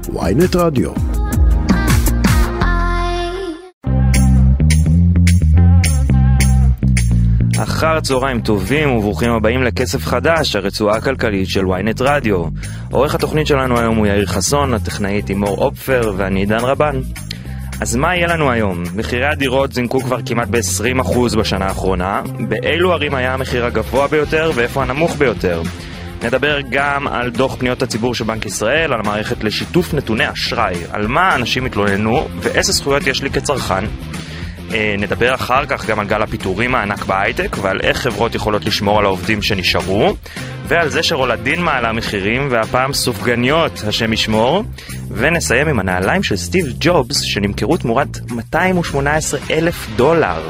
ynet רדיו. אחר צהריים טובים וברוכים הבאים לכסף חדש, הרצועה הכלכלית של ynet רדיו. עורך התוכנית שלנו היום הוא יאיר חסון, הטכנאית אימור אופפר ואני עידן רבן. אז מה יהיה לנו היום? מחירי הדירות זינקו כבר כמעט ב-20% בשנה האחרונה. באילו ערים היה המחיר הגבוה ביותר ואיפה הנמוך ביותר? נדבר גם על דוח פניות הציבור של בנק ישראל, על המערכת לשיתוף נתוני אשראי, על מה אנשים התלוננו ואיזה זכויות יש לי כצרכן. נדבר אחר כך גם על גל הפיטורים הענק בהייטק ועל איך חברות יכולות לשמור על העובדים שנשארו, ועל זה שרולדין מעלה מחירים והפעם סופגניות השם ישמור, ונסיים עם הנעליים של סטיב ג'ובס שנמכרו תמורת $218,000.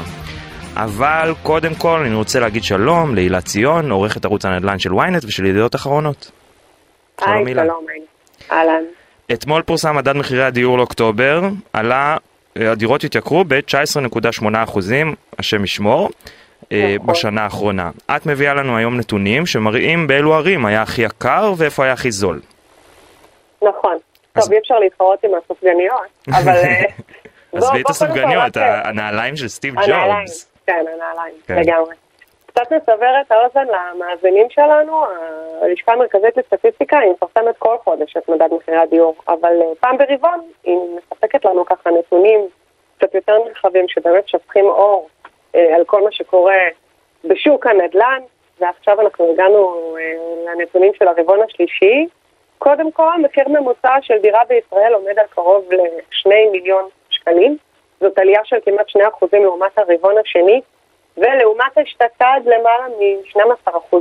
אבל קודם כל אני רוצה להגיד שלום להילה ציון, עורכת ערוץ הנדל"ן של ynet ושל ידיעות אחרונות. שלום הילה. שלום, אהלן. אתמול פורסם מדד מחירי הדיור לאוקטובר, הדירות התייקרו ב-19.8%, השם ישמור, בשנה האחרונה. את מביאה לנו היום נתונים שמראים באילו ערים היה הכי יקר ואיפה היה הכי זול. נכון. טוב, אי אפשר להתחרות עם הסופגניות, אבל... עזבי את הסופגניות, הנעליים של סטיב ג'ובס. כן, הנעליים, לגמרי. קצת נסבר את האוזן למאזינים שלנו. הלשכה המרכזית לסטטיסטיקה היא מפרסמת כל חודש את מדד מחירי הדיור, אבל פעם ברבעון היא מספקת לנו ככה נתונים קצת יותר נרחבים שבאמת שפכים אור על כל מה שקורה בשוק הנדל"ן, ועכשיו אנחנו הגענו לנתונים של הרבעון השלישי. קודם כל, מחיר ממוצע של דירה בישראל עומד על קרוב ל2 מיליון שקלים. זאת עלייה של כמעט 2% לעומת הרבעון השני, ולעומת השתתד למעלה מ-12%.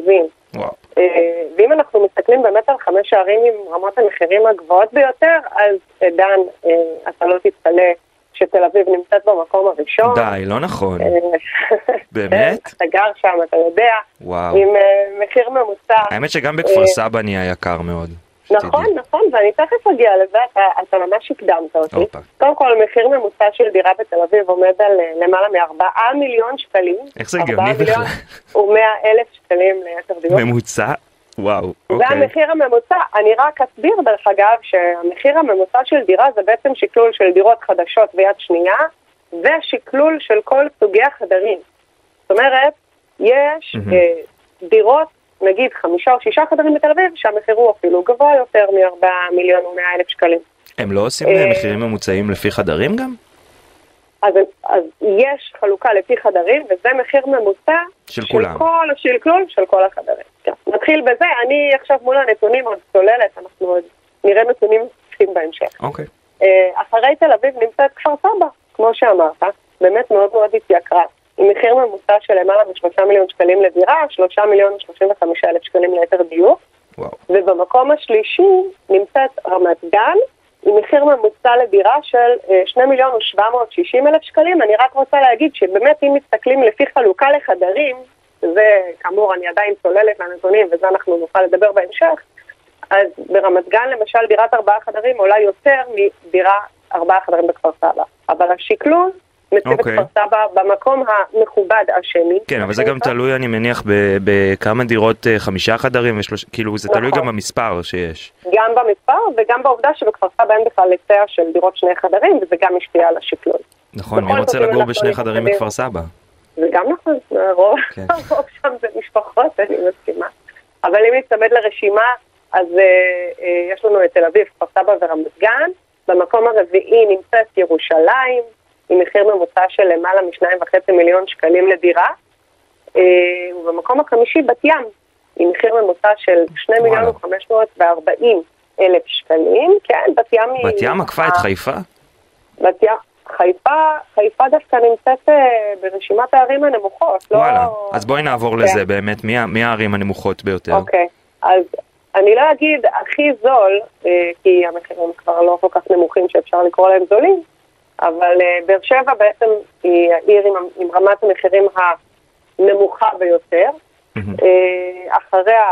ואם אנחנו מסתכלים באמת על 5 ערים עם רמות המחירים הגבוהות ביותר, אז דן, אתה לא תתפלא שתל אביב נמצאת במקום הראשון. די, לא נכון. באמת? אתה גר שם, אתה יודע. וואו. עם מחיר ממוצע. האמת שגם בכפר סבא נהיה יקר מאוד. נכון, נכון, ואני תכף אגיע לזה, אתה ממש הקדמת אותי. קודם כל, מחיר ממוצע של דירה בתל אביב עומד על למעלה מ4 מיליון שקלים. איך זה הגיוני בכלל? ו100,000 שקלים ליתר דירות. ממוצע? וואו, זה המחיר הממוצע. אני רק אסביר דרך אגב שהמחיר הממוצע של דירה זה בעצם שקלול של דירות חדשות ויד שנייה, ושקלול של כל סוגי החדרים. זאת אומרת, יש דירות, נגיד 5 או 6 חדרים בתל אביב, שהמחיר הוא אפילו גבוה יותר מ4,100,000 שקלים. הם לא עושים מחירים ממוצעים לפי חדרים גם? אז יש חלוקה לפי חדרים, וזה מחיר ממוצע של כולם. כל השקלול של כל החדרים. כן. נתחיל בזה, אני עכשיו מול הנתונים עוד צוללת, אנחנו עוד נראה נתונים נוספים בהמשך. אוקיי. אחרי תל אביב נמצאת כפר סבא, כמו שאמרת, באמת מאוד מאוד התייקרה. עם מחיר ממוצע של למעלה מ3 מיליון שקלים לדירה, 3,035,000 שקלים ליתר דיור. ובמקום השלישי נמצאת רמת גן, עם מחיר ממוצע לדירה של 2,760,000 שקלים. אני רק רוצה להגיד שבאמת אם מסתכלים לפי חלוקה לחדרים, זה כאמור אני עדיין צוללת לנתונים וזה אנחנו נוכל לדבר בהמשך, אז ברמת גן למשל דירת 4 חדרים עולה יותר מדירה 4 חדרים בכפר סבא. אבל השקלול מציב את כפר סבא במקום המכובד השני. כן, אבל זה גם תלוי, אני מניח, בכמה דירות 5 חדרים, כאילו זה תלוי גם במספר שיש. גם במספר וגם בעובדה שבכפר סבא אין בכלל היצע של דירות 2 חדרים, וזה גם משפיע על השקלול. נכון, מי רוצה לגור ב2 חדרים בכפר סבא? זה גם נכון, רוב שם זה משפחות, אני מסכימה. אבל אם נצמד לרשימה, אז יש לנו את תל אביב, כפר סבא ורמת גן. במקום הרביעי נמצאת ירושלים, עם מחיר ממוצע של למעלה מ2.5 מיליון שקלים לדירה, ובמקום החמישי בת ים, עם מחיר ממוצע של 2,540,000 שקלים. כן, בת ים היא... בת ים עקפה את חיפה? בת ים, חיפה דווקא נמצאת ברשימת הערים הנמוכות. וואלה, אז בואי נעבור לזה באמת, מי הערים הנמוכות ביותר? אוקיי, אז אני לא אגיד הכי זול, כי המחירים כבר לא כל כך נמוכים שאפשר לקרוא להם זולים, אבל באר שבע בעצם היא העיר עם רמת המחירים הנמוכה ביותר. אחריה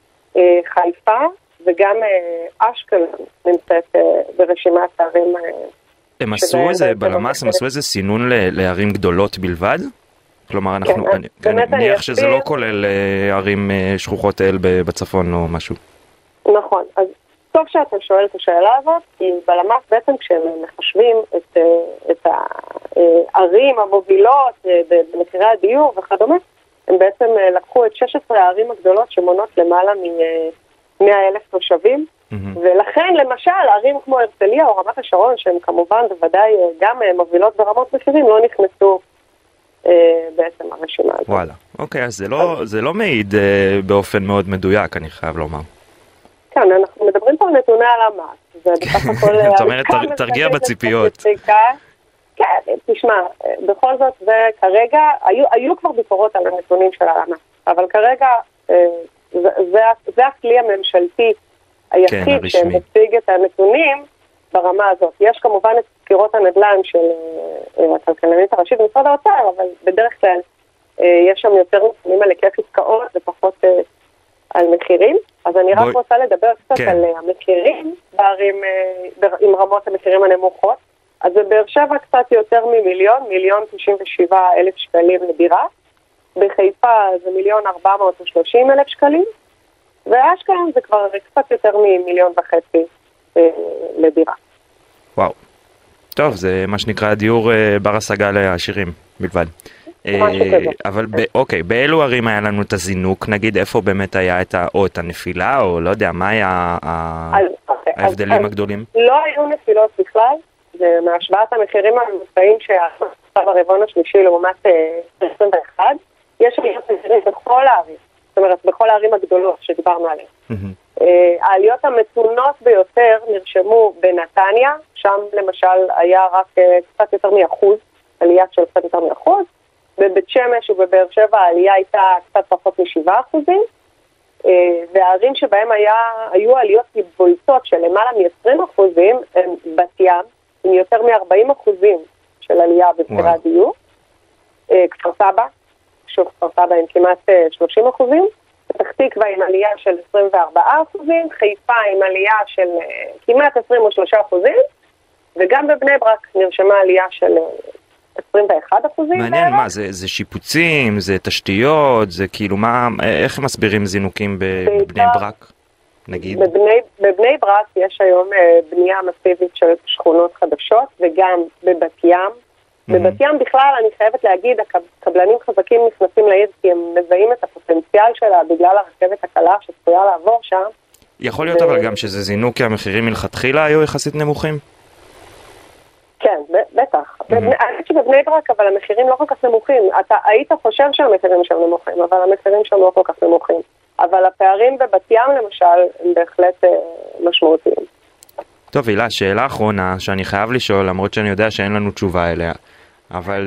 חיפה וגם אשקלון נמצאת ברשימת הערים. הם עשו איזה, בלמ"ס, הם עשו איזה סינון לערים גדולות בלבד? כלומר, אני מניח שזה לא כולל ערים שכוחות אל בצפון או משהו. נכון, אז טוב שאתה שואל את השאלה הזאת, כי בלמ"ס בעצם כשהם מחשבים את הערים המובילות במחירי הדיור וכדומה, הם בעצם לקחו את 16 הערים הגדולות שמונות למעלה מ-100,000 תושבים, ולכן למשל ערים כמו הרצליה או רמת השרון, שהן כמובן בוודאי גם מובילות ברמות מחירים, לא נכנסו בעצם הרשימה הזאת. וואלה, אוקיי, אז זה לא מעיד באופן מאוד מדויק, אני חייב לומר. כן, אנחנו מדברים פה על נתוני הלמ"ס, זה בסך הכל... זאת אומרת, תרגיע בציפיות. כן, תשמע, בכל זאת זה כרגע, היו כבר ביקורות על הנתונים של הלמ"ס, אבל כרגע זה הכלי הממשלתי היחיד שמציג את הנתונים ברמה הזאת. יש כמובן את סקירות הנדל"ן של הכלכלנית הראשית במשרד האוצר, אבל בדרך כלל יש שם יותר נתונים על היקף עסקאות ופחות על מחירים. אז אני רק רוצה לדבר קצת על המחירים בערים עם רמות המחירים הנמוכות. אז בבאר שבע קצת יותר מ1,097,000 שקלים לדירה. בחיפה זה 1,430,000 שקלים. ואשקלון זה כבר קצת יותר מ1,500,000 לדירה. וואו. טוב, זה מה שנקרא דיור בר השגה לעשירים בלבד. אבל אוקיי, באילו ערים היה לנו את הזינוק? נגיד איפה באמת היה או את הנפילה, או לא יודע, מה היה ההבדלים הגדולים? לא היו נפילות בכלל, זה מהשוואת המחירים הממוצעים שעשו ברבעון השלישי לעומת 21, יש עליות מחירים בכל הערים, זאת אומרת בכל הערים הגדולות שדיברנו עליהן. העליות המתונות ביותר נרשמו בנתניה, שם למשל היה רק קצת יותר מ1%, עלייה של קצת יותר מ1%, בבית שמש ובבאר שבע העלייה הייתה קצת פחות מ7%, והערים שבהם היו עליות בולטות של למעלה מ20% הם בת ים, עם יותר מ40% של עלייה במחירי הדיור, כפר סבא, שוב כפר סבא עם כמעט 30%, פתח תקווה עם עלייה של 24%, חיפה עם עלייה של כמעט 23%, וגם בבני ברק נרשמה עלייה של 21%. מעניין, מה, זה שיפוצים, זה תשתיות, זה כאילו מה, איך מסבירים זינוקים בבני ברק, נגיד? בבני ברק יש היום בנייה מסיבית של שכונות חדשות, וגם בבת ים. בבת ים בכלל, אני חייבת להגיד, הקבלנים חזקים נכנסים לעיר, כי הם מזהים את הפוטנציאל שלה בגלל הרכבת הקלה שצפויה לעבור שם. יכול להיות אבל גם שזה זינוק כי המחירים מלכתחילה היו יחסית נמוכים? כן, בטח. אני חושבת שבבני ברק, אבל המחירים לא כל כך נמוכים. אתה היית חושב שהמחירים שם נמוכים, אבל המחירים שם לא כל כך נמוכים. אבל הפערים בבת ים למשל הם בהחלט משמעותיים. טוב, הילה, שאלה אחרונה שאני חייב לשאול, למרות שאני יודע שאין לנו תשובה אליה, אבל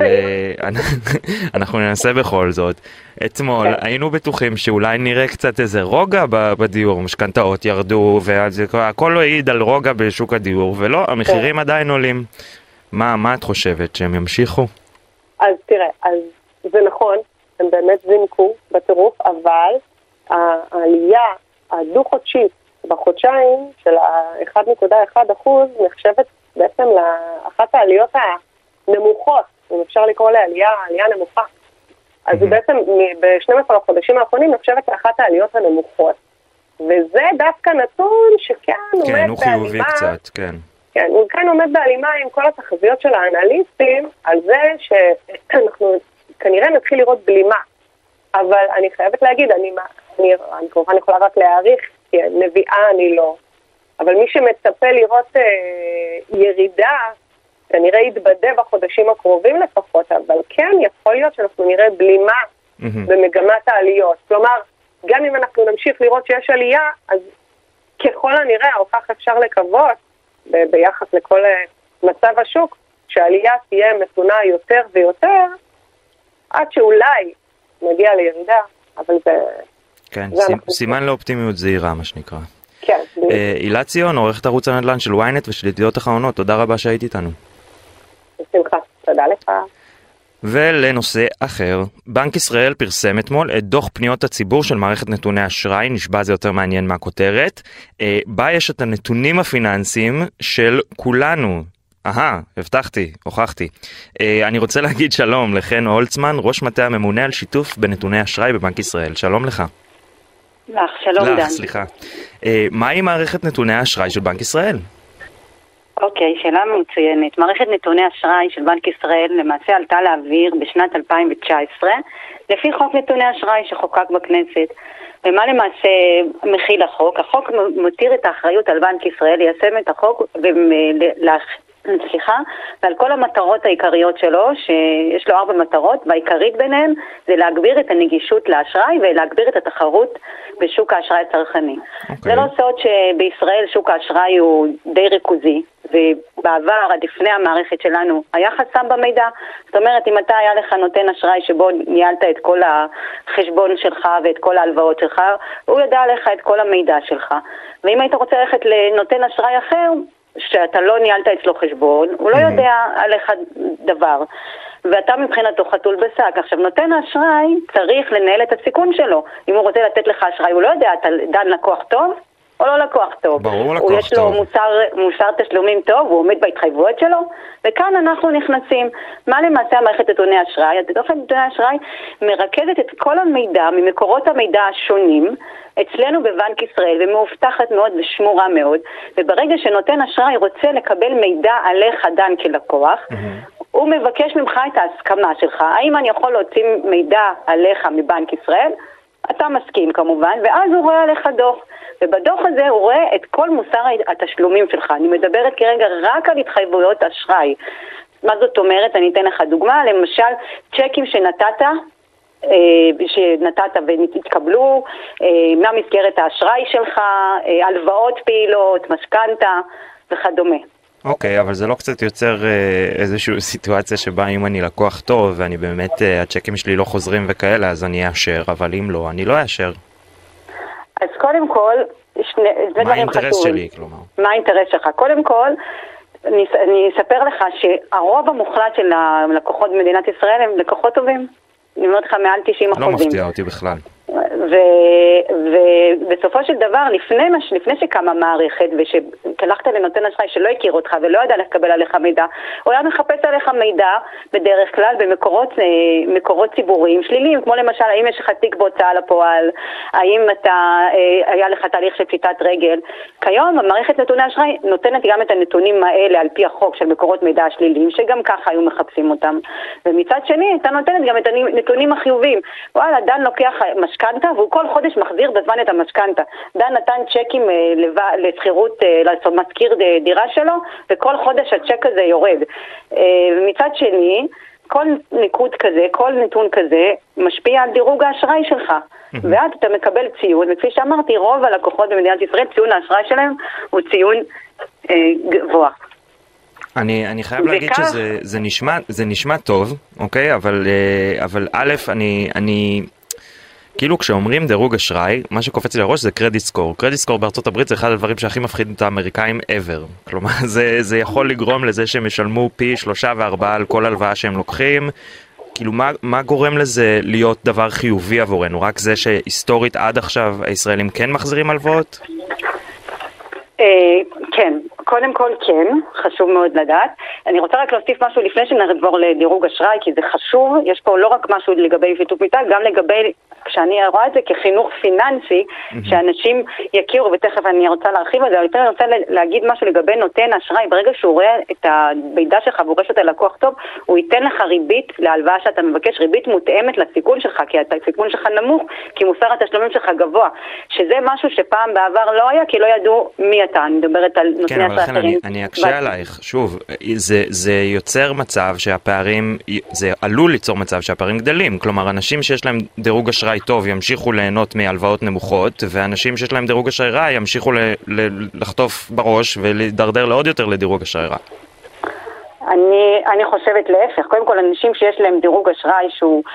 אנחנו ננסה בכל זאת. אתמול היינו בטוחים שאולי נראה קצת איזה רוגע בדיור, משכנתאות ירדו, והכל לא העיד על רוגע בשוק הדיור, ולא, המחירים עדיין עולים. מה את חושבת, שהם ימשיכו? אז תראה, אז זה נכון, הם באמת זינקו בטירוף, אבל העלייה הדו-חודשית בחודשיים של ה-1.1% נחשבת בעצם לאחת העליות הנמוכות, אם אפשר לקרוא לעלייה נמוכה. אז זה בעצם ב-12 החודשים האחרונים נחשבת לאחת העליות הנמוכות, וזה דווקא נתון שכן עומד בהלימה. כן, הוא חיובי קצת, כן. כן, הוא כאן עומד בהלימה עם כל התחזיות של האנליסטים, על זה שאנחנו כנראה נתחיל לראות בלימה. אבל אני חייבת להגיד, אני כמובן יכולה רק להעריך, כי נביאה אני לא. אבל מי שמצפה לראות ירידה, כנראה יתבדה בחודשים הקרובים לפחות, אבל כן יכול להיות שאנחנו נראה בלימה במגמת העליות. כלומר, גם אם אנחנו נמשיך לראות שיש עלייה, אז ככל הנראה, או כך אפשר לקוות, ביחס לכל מצב השוק, שהעלייה תהיה מתונה יותר ויותר, עד שאולי נגיע לירידה, אבל זה... כן, סימן לאופטימיות זהירה, מה שנקרא. כן. הילה ציון, עורכת ערוץ הנדל"ן של ynet ושל ידיעות אחרונות, תודה רבה שהיית איתנו. בשמחה, תודה לך. ולנושא אחר, בנק ישראל פרסם אתמול את דוח פניות הציבור של מערכת נתוני אשראי, נשבע זה יותר מעניין מהכותרת, בה יש את הנתונים הפיננסיים של כולנו. הבטחתי, הוכחתי. אני רוצה להגיד שלום לחן הולצמן, ראש מטה הממונה על שיתוף בנתוני אשראי בבנק ישראל. שלום לך. שלום דן. סליחה. מהי מערכת נתוני האשראי של בנק ישראל? אוקיי, שאלה מצוינת. מערכת נתוני אשראי של בנק ישראל למעשה עלתה לאוויר בשנת 2019 לפי חוק נתוני אשראי שחוקק בכנסת. ומה למעשה מכיל החוק? החוק מותיר את האחריות על בנק ישראל ליישם את החוק ועל כל המטרות העיקריות שלו, שיש לו 4 מטרות, והעיקרית ביניהן זה להגביר את הנגישות לאשראי ולהגביר את התחרות בשוק האשראי הצרכני. זה לא סוד שבישראל שוק האשראי הוא די ריכוזי, ובעבר, עד לפני המערכת שלנו, היה חסם במידע. זאת אומרת, אם אתה היה לך נותן אשראי שבו ניהלת את כל החשבון שלך ואת כל ההלוואות שלך, הוא ידע לך את כל המידע שלך. ואם היית רוצה ללכת לנותן אשראי אחר, שאתה לא ניהלת אצלו חשבון, הוא לא יודע עליך דבר. ואתה מבחינתו חתול בשק. עכשיו, נותן האשראי צריך לנהל את הסיכון שלו. אם הוא רוצה לתת לך אשראי, הוא לא יודע, אתה דן לקוח טוב או לא לקוח טוב. ברור, לקוח טוב. יש לו מוסר תשלומים טוב, הוא עומד בהתחייבויות שלו, וכאן אנחנו נכנסים. מה למעשה המערכת נתוני האשראי? מערכת נתוני האשראי מרכזת את כל המידע ממקורות המידע השונים אצלנו בבנק ישראל, ומאובטחת מאוד ושמורה מאוד, וברגע שנותן אשראי רוצה לקבל מידע עליך דן כלקוח, הוא מבקש ממך את ההסכמה שלך. האם אני יכול להוציא מידע עליך מבנק ישראל? אתה מסכים כמובן, ואז הוא רואה עליך דוח. ובדוח הזה הוא רואה את כל מוסר התשלומים שלך. אני מדברת כרגע רק על התחייבויות אשראי. מה זאת אומרת? אני אתן לך דוגמה, למשל צ'קים שנתת ונתקבלו, מה מסגרת האשראי שלך, הלוואות פעילות, משכנתה וכדומה. אוקיי, אבל זה לא קצת יוצר איזושהי סיטואציה שבה אם אני לקוח טוב ואני באמת, הצ'קים שלי לא חוזרים וכאלה, אז אני אאשר, אבל אם לא, אני לא אאשר. אז קודם כל, מה האינטרס שלי, כלומר? מה האינטרס שלך? קודם כל, אני אספר לך שהרוב המוחלט של הלקוחות במדינת ישראל הם לקוחות טובים. אני אומרת לך מעל 90%. לא מפתיע אותי בכלל. ובסופו של דבר, לפני שקמה מערכת ושהלכת לנותן אשראי שלא הכיר אותך ולא ידע לקבל עליך מידע, הוא היה מחפש עליך מידע בדרך כלל במקורות ציבוריים שליליים, כמו למשל, האם יש לך תיק בהוצאה לפועל, האם היה לך תהליך של פשיטת רגל. כיום המערכת נתוני אשראי נותנת גם את הנתונים האלה על פי החוק של מקורות מידע שליליים, שגם ככה היו מחפשים אותם. ומצד שני, הייתה נותנת גם את הנתונים החיוביים. וואלה, דן לוקח משכנתה, והוא כל חודש מחזיר בזמן את המשכנתה. דן נתן צ'קים לסחירות, למזכיר דירה שלו, וכל חודש הצ'ק הזה יורד. ומצד שני, כל ניקוד כזה, כל נתון כזה, משפיע על דירוג האשראי שלך. ואז אתה מקבל ציון, וכפי שאמרתי, רוב הלקוחות במדינת ישראל, ציון האשראי שלהם הוא ציון גבוה. אני חייב להגיד שזה נשמע טוב, אוקיי? אבל א', אני כאילו כשאומרים דירוג אשראי, מה שקופץ לי לראש זה קרדיט סקור. קרדיט סקור בארצות הברית זה אחד הדברים שהכי מפחיד את האמריקאים ever. כלומר, זה יכול לגרום לזה שהם ישלמו פי 3 ו4 על כל הלוואה שהם לוקחים. כאילו, מה גורם לזה להיות דבר חיובי עבורנו? רק זה שהיסטורית עד עכשיו הישראלים כן מחזירים הלוואות? כן, קודם כל כן, חשוב מאוד לדעת. אני רוצה רק להוסיף משהו לפני שנעבור לדירוג אשראי, כי זה חשוב. יש פה לא רק משהו לגבי שיתוף מידע, גם לגבי, כשאני רואה את זה כחינוך פיננסי, שאנשים יכירו, ותכף אני רוצה להרחיב על זה, אבל לפני אני רוצה להגיד משהו לגבי נותן אשראי. ברגע שהוא רואה את המידע שלך והוא רואה שאתה לקוח טוב, הוא ייתן לך ריבית להלוואה שאתה מבקש, ריבית מותאמת לסיכון שלך, כי הסיכון שלך נמוך, כי מוסר התשלומים שלך גבוה, שזה משהו שפעם בעבר לא היה, כי לא ידעו מי אתה. אני מדברת על נותני אשראי. כן, אבל לכן אני אקשה עלייך. שוב, זה יוצר מצב שהפערים, זה עלול ליצור מצב שהפערים גדלים. כלומר, אנשים שיש להם דירוג אשראי טוב ימשיכו ליהנות מהלוואות נמוכות, ואנשים שיש להם דירוג אשראי רע ימשיכו לחטוף בראש ולהידרדר לעוד יותר לדירוג אשראי רע. אני חושבת להפך. קודם כל, אנשים שיש להם דירוג אשראי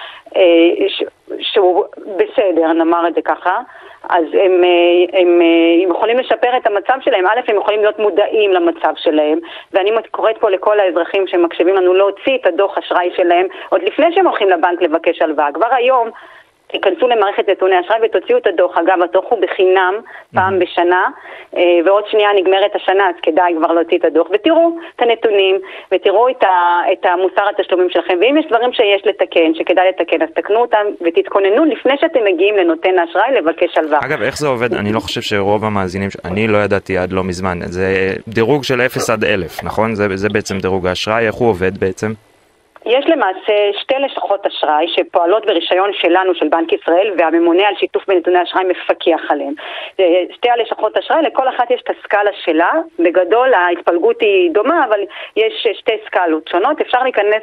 שהוא בסדר, נאמר את זה ככה, אז הם יכולים לשפר את המצב שלהם. א', הם יכולים להיות מודעים למצב שלהם, ואני קוראת פה לכל האזרחים שמקשיבים לנו להוציא את הדוח אשראי שלהם, עוד לפני שהם הולכים לבנק לבקש הלוואה. כבר היום תיכנסו למערכת נתוני אשראי ותוציאו את הדוח. אגב, הדוח הוא בחינם פעם בשנה, ועוד שנייה נגמרת השנה, אז כדאי כבר להוציא את הדוח, ותראו את הנתונים, ותראו את המוסר התשלומים שלכם, ואם יש דברים שיש לתקן, שכדאי לתקן, אז תקנו אותם ותתכוננו לפני שאתם מגיעים לנותן האשראי לבקש הלוואה. אגב, איך זה עובד? אני לא חושב שרוב המאזינים, אני לא ידעתי עד לא מזמן, זה דירוג של 0 עד 1,000, נכון? זה בעצם דירוג האשראי, איך הוא עובד בעצם? יש למעשה שתי לשכות אשראי שפועלות ברישיון שלנו, של בנק ישראל, והממונה על שיתוף בנתוני אשראי מפקח עליהם. שתי הלשכות אשראי, לכל אחת יש את הסקאלה שלה, בגדול ההתפלגות היא דומה, אבל יש שתי סקאלות שונות. אפשר להיכנס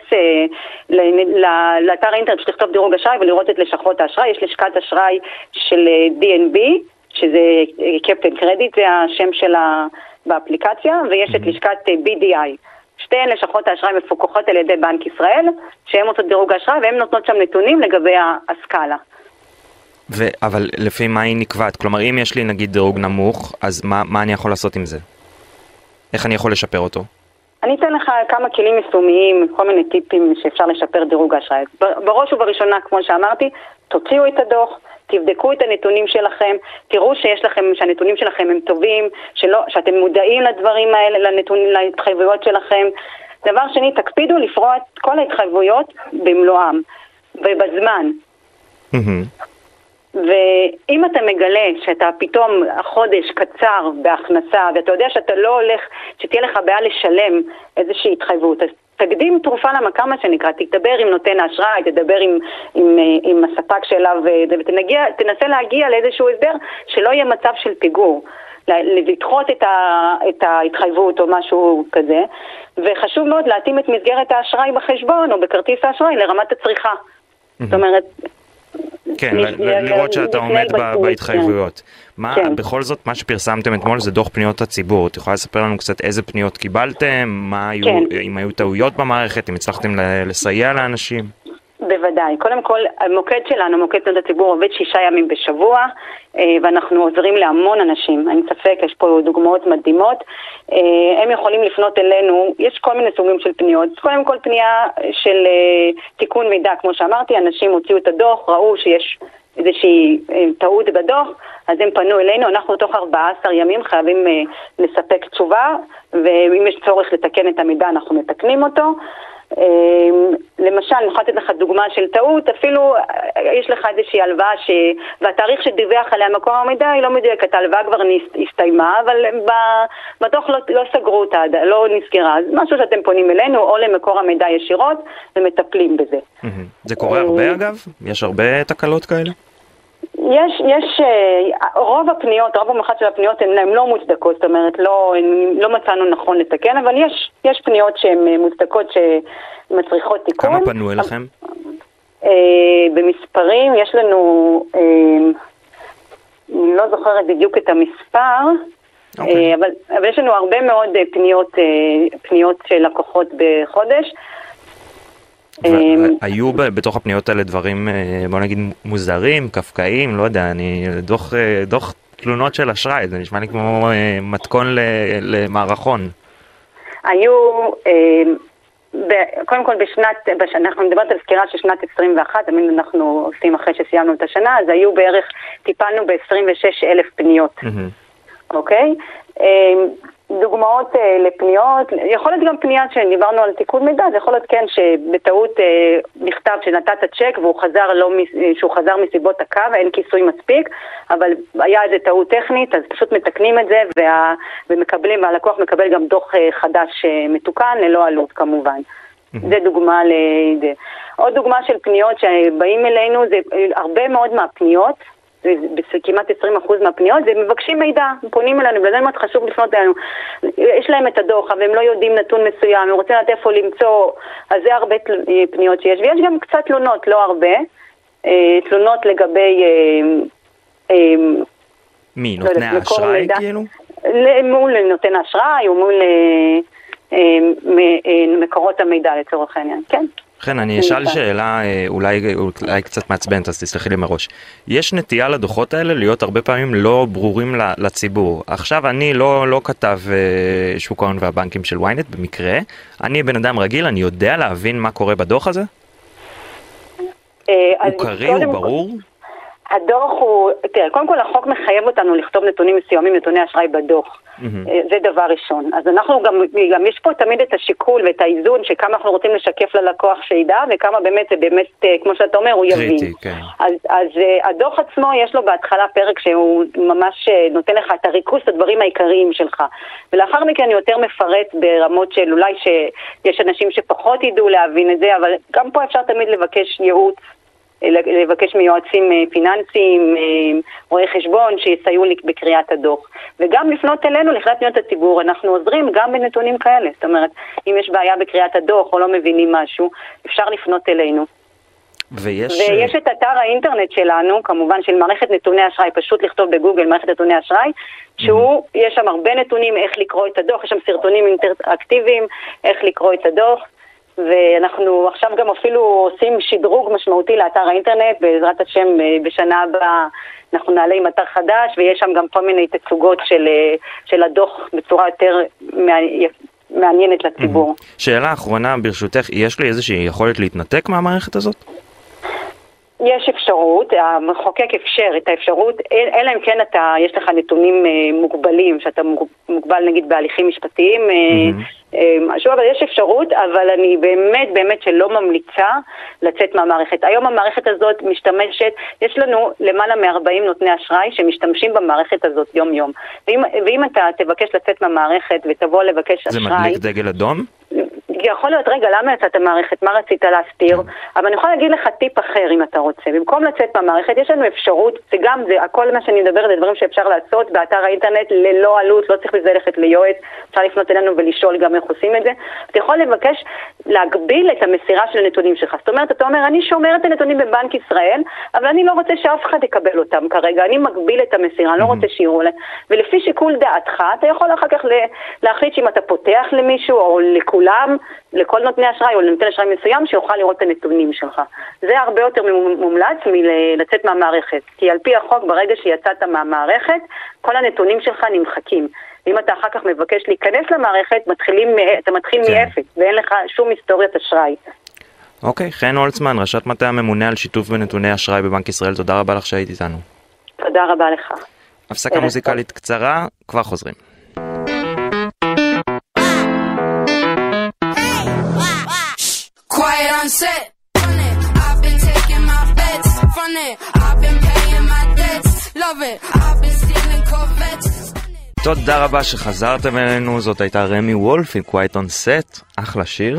לאתר האינטרנט שתכתוב דירוג אשראי ולראות את לשכות האשראי. יש לשכת אשראי של DNB, שזה קפטן קרדיט, זה השם שלה באפליקציה, ויש את לשכת BDI. שתי לשכות האשראי מפוקחות על ידי בנק ישראל, שהן עושות דירוג האשראי, והן נותנות שם נתונים לגבי הסקאלה. אבל לפי מה היא נקבעת? כלומר, אם יש לי נגיד דירוג נמוך, אז מה אני יכול לעשות עם זה? איך אני יכול לשפר אותו? אני אתן לך כמה כלים יישומיים, כל מיני טיפים שאפשר לשפר דירוג האשראי. בראש ובראשונה, כמו שאמרתי, תוציאו את הדוח, תבדקו את הנתונים שלכם, תראו שהנתונים שלכם הם טובים, שאתם מודעים לדברים האלה, להתחייבויות שלכם. דבר שני, תקפידו לפרוע את כל ההתחייבויות במלואם ובזמן. ואם אתה מגלה שאתה פתאום החודש קצר בהכנסה, ואתה יודע שאתה לא הולך, שתהיה לך בעיה לשלם איזושהי התחייבות, אז תקדים תרופה למכה, מה שנקרא, תדבר עם נותן האשראי, תדבר עם הספק שאליו, ותנסה להגיע לאיזשהו הסדר שלא יהיה מצב של פיגור, לדחות את ההתחייבות או משהו כזה, וחשוב מאוד להתאים את מסגרת האשראי בחשבון או בכרטיס האשראי לרמת הצריכה. זאת אומרת, כן, לראות שאתה עומד בהתחייבויות. בכל זאת, מה שפרסמתם אתמול זה דוח פניות הציבור. את יכולה לספר לנו קצת איזה פניות קיבלתם, אם היו טעויות במערכת, אם הצלחתם לסייע לאנשים? בוודאי. קודם כל, המוקד שלנו, מוקד פניות הציבור, עובד 6 ימים בשבוע, ואנחנו עוזרים להמון אנשים. אין ספק, יש פה דוגמאות מדהימות. הם יכולים לפנות אלינו, יש כל מיני סוגים של פניות. קודם כל פנייה של תיקון מידע, כמו שאמרתי, אנשים הוציאו את הדוח, ראו שיש איזושהי טעות בדוח, אז הם פנו אלינו, אנחנו תוך 14 ימים חייבים לספק תשובה, ואם יש צורך לתקן את המידע, אנחנו מתקנים אותו. למשל, אני יכולה לתת לך דוגמה של טעות, אפילו יש לך איזושהי הלוואה והתאריך שדיווח עליה מקום המידע היא לא מדויקת, ההלוואה כבר הסתיימה, אבל בדוח לא סגרו אותה, לא נסגרה, אז משהו שאתם פונים אלינו או למקור המידע ישירות ומטפלים בזה. זה קורה הרבה אגב? יש הרבה תקלות כאלה? יש רוב הפניות, רוב המחד של הפניות הן לא מוצדקות, זאת אומרת לא מצאנו נכון לתקן, אבל יש פניות שהן מוצדקות שמצריכות תיקון. כמה פנו אליכם? במספרים יש לנו, אני לא זוכרת בדיוק את המספר, אבל יש לנו הרבה מאוד פניות של לקוחות בחודש. היו בתוך הפניות האלה דברים, בוא נגיד, מוזרים, קפקאים, לא יודע, דוח תלונות של אשראי, זה נשמע לי כמו מתכון למערכון. היו, קודם כל אנחנו מדברת על סקירה של שנת 21, תמיד אנחנו עושים אחרי שסיימנו את השנה, אז היו בערך, טיפלנו ב-26,000 פניות, אוקיי? דוגמאות לפניות, יכול להיות גם פנייה שדיברנו על תיקון מידע, זה יכול להיות כן שבטעות נכתב שנתת צ'ק שהוא חזר מסיבות הקו, אין כיסוי מספיק, אבל היה איזה טעות טכנית, אז פשוט מתקנים את זה ומקבלים, והלקוח מקבל גם דוח חדש מתוקן, ללא עלות כמובן. זה דוגמה עוד דוגמה של פניות שבאים אלינו, זה הרבה מאוד מהפניות, כמעט 20% מהפניות, זה מבקשים מידע, הם פונים אלינו, וזה מאוד חשוב לפנות אלינו. יש להם את הדוח, אבל הם לא יודעים נתון מסוים, הם רוצים לדעת איפה למצוא, אז זה הרבה פניות שיש, ויש גם קצת תלונות, לא הרבה, תלונות לגבי מי? נותני האשראי כאילו? מול נותן האשראי, או מול מקורות המידע לצורך העניין, כן. כן, אני אשאל שאלה אולי קצת מעצבנת, אז תסלחי לי מראש. יש נטייה לדוחות האלה להיות הרבה פעמים לא ברורים לציבור. עכשיו אני לא כתב שוק ההון והבנקים של וויינט במקרה. אני בן אדם רגיל, אני יודע להבין מה קורה בדוח הזה? הוא קריא, הוא ברור? הדוח הוא, תראה, קודם כל החוק מחייב אותנו לכתוב נתונים מסוימים, נתוני אשראי בדוח. זה דבר ראשון. אז אנחנו גם יש פה תמיד את השיקול ואת האיזון שכמה אנחנו רוצים לשקף ללקוח שידע, וכמה באמת זה באמת, כמו שאתה אומר, הוא יבין. אז הדוח עצמו יש לו בהתחלה פרק שהוא ממש נותן לך את הריכוז, את הדברים העיקריים שלך. ולאחר מכן יותר מפרט ברמות של אולי שיש אנשים שפחות ידעו להבין את זה, אבל גם פה אפשר תמיד לבקש ייעוץ, לבקש מיועצים פיננסיים, רואי חשבון שיסייעו לי בקריאת הדוח. וגם לפנות אלינו, לכלל פניות הציבור, אנחנו עוזרים גם בנתונים כאלה. זאת אומרת, אם יש בעיה בקריאת הדוח או לא מבינים משהו, אפשר לפנות אלינו. ויש את אתר האינטרנט שלנו, כמובן של מערכת נתוני אשראי, פשוט לכתוב בגוגל מערכת נתוני אשראי, יש שם הרבה נתונים איך לקרוא את הדוח, יש שם סרטונים אינטראקטיביים, איך לקרוא את הדוח. ואנחנו עכשיו גם אפילו עושים שדרוג משמעותי לאתר האינטרנט, בעזרת השם בשנה הבאה אנחנו נעלה עם אתר חדש, ויש שם גם כל מיני תצוגות של הדוח בצורה יותר מעניינת לציבור. שאלה אחרונה ברשותך, יש לי איזושהי יכולת להתנתק מהמערכת הזאת? יש אפשרות, המחוקק אפשר את האפשרות, אלא אם כן יש לך נתונים מוגבלים, שאתה מוגבל נגיד בהליכים משפטיים, אבל יש אפשרות, אבל אני באמת שלא ממליצה לצאת מהמערכת. היום המערכת הזאת משתמשת, יש לנו למעלה מ-40 נותני אשראי שמשתמשים במערכת הזאת יום יום. ואם אתה תבקש לצאת מהמערכת ותבוא לבקש אשראי... זה מדליק דגל אדום? יכול להיות, רגע, למה יצאת המערכת? מה רצית להסתיר? אבל אני יכולה להגיד לך טיפ אחר אם אתה רוצה. במקום לצאת מהמערכת, יש לנו אפשרות, הכל מה שאני מדברת, זה דברים שאפשר לעשות באתר האינטרנט ללא עלות, לא צריך לזה ללכת ליועץ, אפשר לפנות אלינו ולשאול גם איך עושים את זה. אתה יכול לבקש להגביל את המסירה של הנתונים שלך. זאת אומרת, אתה אומר, אני שומר את הנתונים בבנק ישראל, אבל אני לא רוצה שאף אחד יקבל אותם כרגע. אני מגביל את המסירה, אני לא רוצה שיראו להם. ולפי שיקול דעתך, אתה יכול אחר כך להחליט שאם אתה פותח למישהו או לכולם, לכל נותני אשראי או לנותן אשראי מסוים שיוכל לראות את הנתונים שלך. זה הרבה יותר מומלץ מלצאת מהמערכת. כי על פי החוק, ברגע שיצאת מהמערכת, כל הנתונים שלך נמחקים. אם אתה אחר כך מבקש להיכנס למערכת, אתה מתחיל מאפס, ואין לך שום היסטוריית אשראי. אוקיי, חן הולצמן, ראשת מטה הממונה על שיתוף בנתוני אשראי בבנק ישראל, תודה רבה לך שהיית איתנו. תודה רבה לך. הפסקה מוזיקלית קצרה, כבר חוזרים. Quiet on set, I've been taking my bets, run it, I've been paying my debts, love it, I've been stealing Corvettes. תודה רבה שחזרתם אלינו, זאת הייתה רמי וולף עם Quiet on Set, אחלה שיר.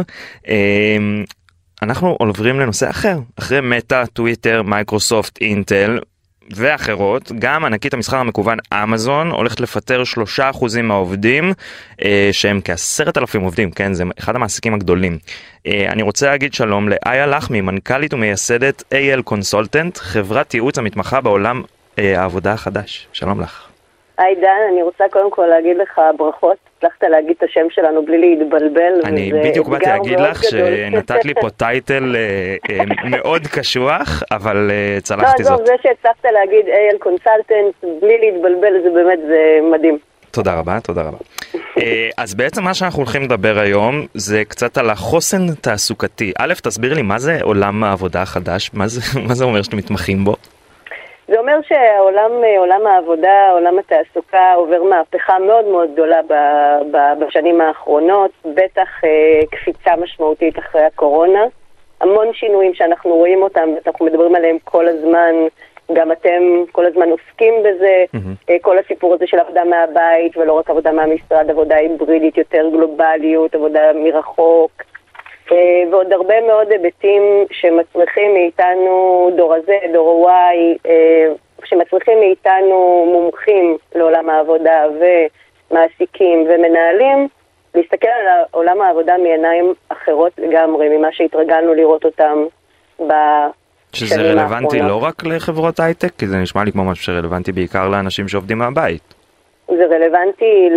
אנחנו עוברים לנושא אחר, אחרי מטא, טוויטר, מייקרוסופט, אינטל ואחרות, גם ענקית המסחר המקוון אמזון הולכת לפטר 3% מהעובדים, שהם כ10,000 עובדים, כן, זה אחד המעסיקים הגדולים. אני רוצה להגיד שלום לאיה לחמי, מנכ"לית ומייסדת AL Consultant, חברת ייעוץ המתמחה בעולם העבודה החדש. שלום לך. היי דן, אני רוצה קודם כל להגיד לך ברכות, הצלחת להגיד את השם שלנו בלי להתבלבל. אני בדיוק באתי להגיד לך שנתת לי פה טייטל מאוד קשוח, אבל צלחתי זאת. לא, זה שהצלחת להגיד AL Consultant בלי להתבלבל, זה באמת מדהים. תודה רבה, תודה רבה. אז בעצם מה שאנחנו הולכים לדבר היום זה קצת על החוסן תעסוקתי. א', תסביר לי מה זה עולם העבודה החדש, מה זה אומר שאתם מתמחים בו? זה אומר שעולם העבודה, עולם התעסוקה עובר מהפכה מאוד מאוד גדולה בשנים האחרונות, בטח קפיצה משמעותית אחרי הקורונה. המון שינויים שאנחנו רואים אותם ואנחנו מדברים עליהם כל הזמן, גם אתם כל הזמן עוסקים בזה, כל הסיפור הזה של עבודה מהבית ולא רק עבודה מהמשרד, עבודה היברידית, יותר גלובליות, עבודה מרחוק. ועוד הרבה מאוד היבטים שמצריכים מאיתנו דור הזה, דור Y, שמצריכים מאיתנו מומחים לעולם העבודה ומעסיקים ומנהלים, להסתכל על עולם העבודה מעיניים אחרות לגמרי ממה שהתרגלנו לראות אותם בשנים האחרונות. שזה רלוונטי לא רק לחברות הייטק, כי זה נשמע לי כמו משהו שרלוונטי בעיקר לאנשים שעובדים מהבית. זה רלוונטי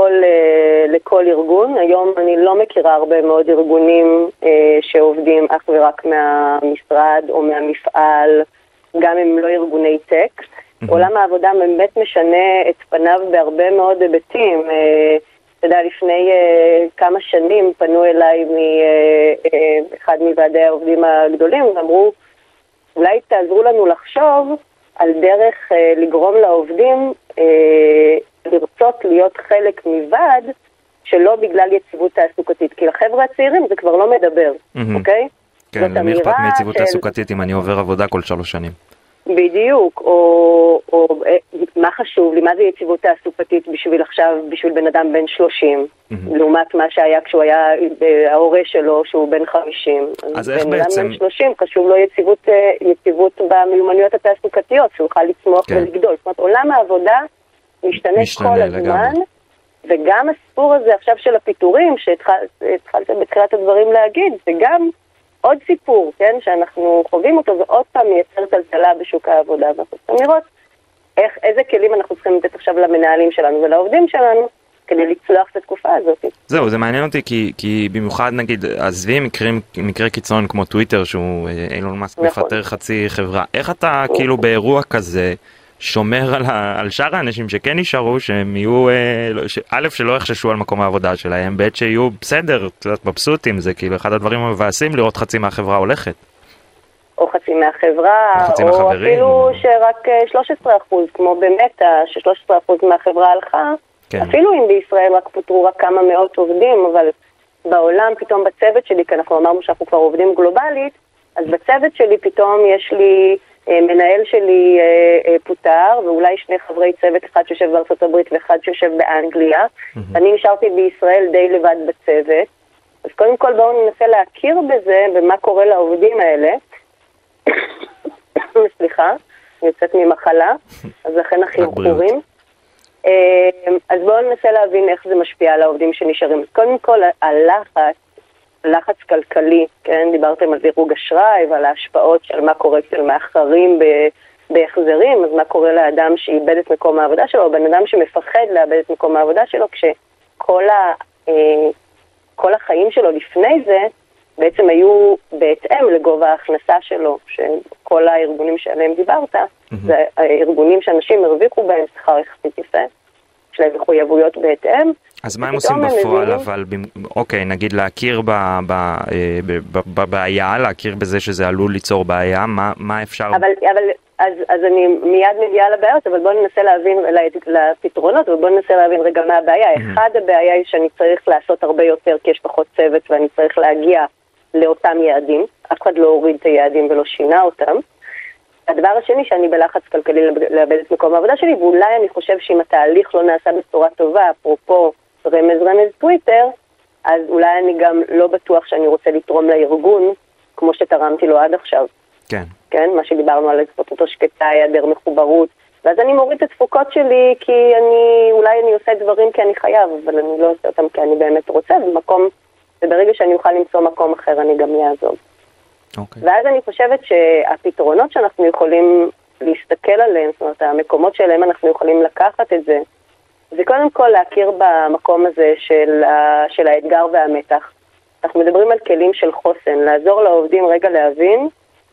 לכל ארגון. היום אני לא מכירה הרבה מאוד ארגונים שעובדים אך ורק מהמשרד או מהמפעל, גם אם לא ארגוני טק. עולם העבודה באמת משנה את פניו בהרבה מאוד היבטים. אתה יודע, לפני כמה שנים פנו אליי מאחד מוועדי העובדים הגדולים, ואמרו, אולי תעזרו לנו לחשוב על דרך לגרום לעובדים לרצות להיות חלק מוועד, שלא בגלל יציבות תעסוקתית. כי לחבר'ה הצעירים זה כבר לא מדבר, אוקיי? כן, למי אכפת מיציבות תעסוקתית אם אני עובר עבודה כל 3 שנים? בדיוק, או מה חשוב לי, מה זה יציבות תעסוקתית בשביל עכשיו, בשביל בן אדם בן 30, לעומת מה שהיה כשהוא היה ההורה שלו, שהוא בן 50. אז איך בעצם? בן 30 חשוב לו יציבות במיומנויות התעסוקתיות, שהוא יוכל לצמוח ולגדול. זאת אומרת, עולם העבודה משתנה כל הזמן, וגם הסיפור הזה עכשיו של הפיטורים, שהתחלתם בתחילת הדברים להגיד, זה גם עוד סיפור, כן, שאנחנו חווים אותו, ועוד פעם מייצר טלטלה בשוק העבודה. ואנחנו צריכים לראות איזה כלים אנחנו צריכים לתת עכשיו למנהלים שלנו ולעובדים שלנו, כדי לצלוח את התקופה הזאת. זהו, זה מעניין אותי, כי במיוחד נגיד, עזבי מקרה קיצון כמו טוויטר, שהוא אילון מאסק מפטר חצי חברה. איך אתה כאילו באירוע כזה שומר על שאר האנשים שכן נשארו, שהם יהיו, א', שלא יחששו על מקום העבודה שלהם, ב', שיהיו בסדר, מבסוטים, זה כאילו אחד הדברים המבאסים לראות חצי מהחברה הולכת. או חצי מהחברה, או אפילו שרק 13%, כמו באמת, ש13% מהחברה הלכה, אפילו אם בישראל רק פוטרו רק כמה מאות עובדים, אבל בעולם פתאום בצוות שלי, כי אנחנו אמרנו שאנחנו כבר עובדים גלובלית, אז בצוות שלי פתאום יש לי מנהל שלי פוטר, ואולי 2 חברי צוות, אחד שיושב בארצות הברית ואחד שיושב באנגליה. אני נשארתי בישראל די לבד בצוות. אז קודם כל בואו ננסה להכיר בזה, במה קורה לעובדים האלה. סליחה, אני יוצאת ממחלה, אז לכן החירחורים. אז בואו ננסה להבין איך זה משפיע על העובדים שנשארים. אז קודם כל, לחץ כלכלי, כן? דיברתם על דירוג אשראי ועל ההשפעות של מה קורה של מאחרים בהחזרים, אז מה קורה לאדם שאיבד את מקום העבודה שלו, או בן אדם שמפחד לאבד את מקום העבודה שלו, כשכל כל החיים שלו לפני זה בעצם היו בהתאם לגובה ההכנסה שלו, שכל הארגונים שעליהם דיברת, זה הארגונים שאנשים הרוויחו בהם שכר יחסית יפה, יש להם מחויבויות בהתאם. אז מה הם עושים בפועל, אבל, אוקיי, נגיד להכיר בבעיה, להכיר בזה שזה עלול ליצור בעיה, מה אפשר? אז אני מיד מגיעה לבעיות, אבל בואו ננסה להבין לפתרונות, ובואו ננסה להבין רגע מה הבעיה. אחד הבעיה היא שאני צריך לעשות הרבה יותר, כי יש פחות צוות, ואני צריך להגיע לאותם יעדים. אף אחד לא הוריד את היעדים ולא שינה אותם. הדבר השני, שאני בלחץ כלכלי לאבד את מקום העבודה שלי, ואולי אני חושב שאם התהליך לא נעשה בצורה טובה, אפרופו רמז טוויטר, אז אולי אני גם לא בטוח שאני רוצה לתרום לארגון, כמו שתרמתי לו עד עכשיו. כן. כן, מה שדיברנו על התפתחות שקטה, היעדר מחוברות, ואז אני מוריד את התפוקות שלי, כי אולי אני עושה דברים כי אני חייב, אבל אני לא עושה אותם כי אני באמת רוצה, וברגע שאני אוכל למצוא מקום אחר, אני גם יעזוב. Okay. ואז אני חושבת שהפתרונות שאנחנו יכולים להסתכל עליהם, זאת אומרת, המקומות שאליהם אנחנו יכולים לקחת את זה, זה קודם כל להכיר במקום הזה של האתגר והמתח. אנחנו מדברים על כלים של חוסן, לעזור לעובדים רגע להבין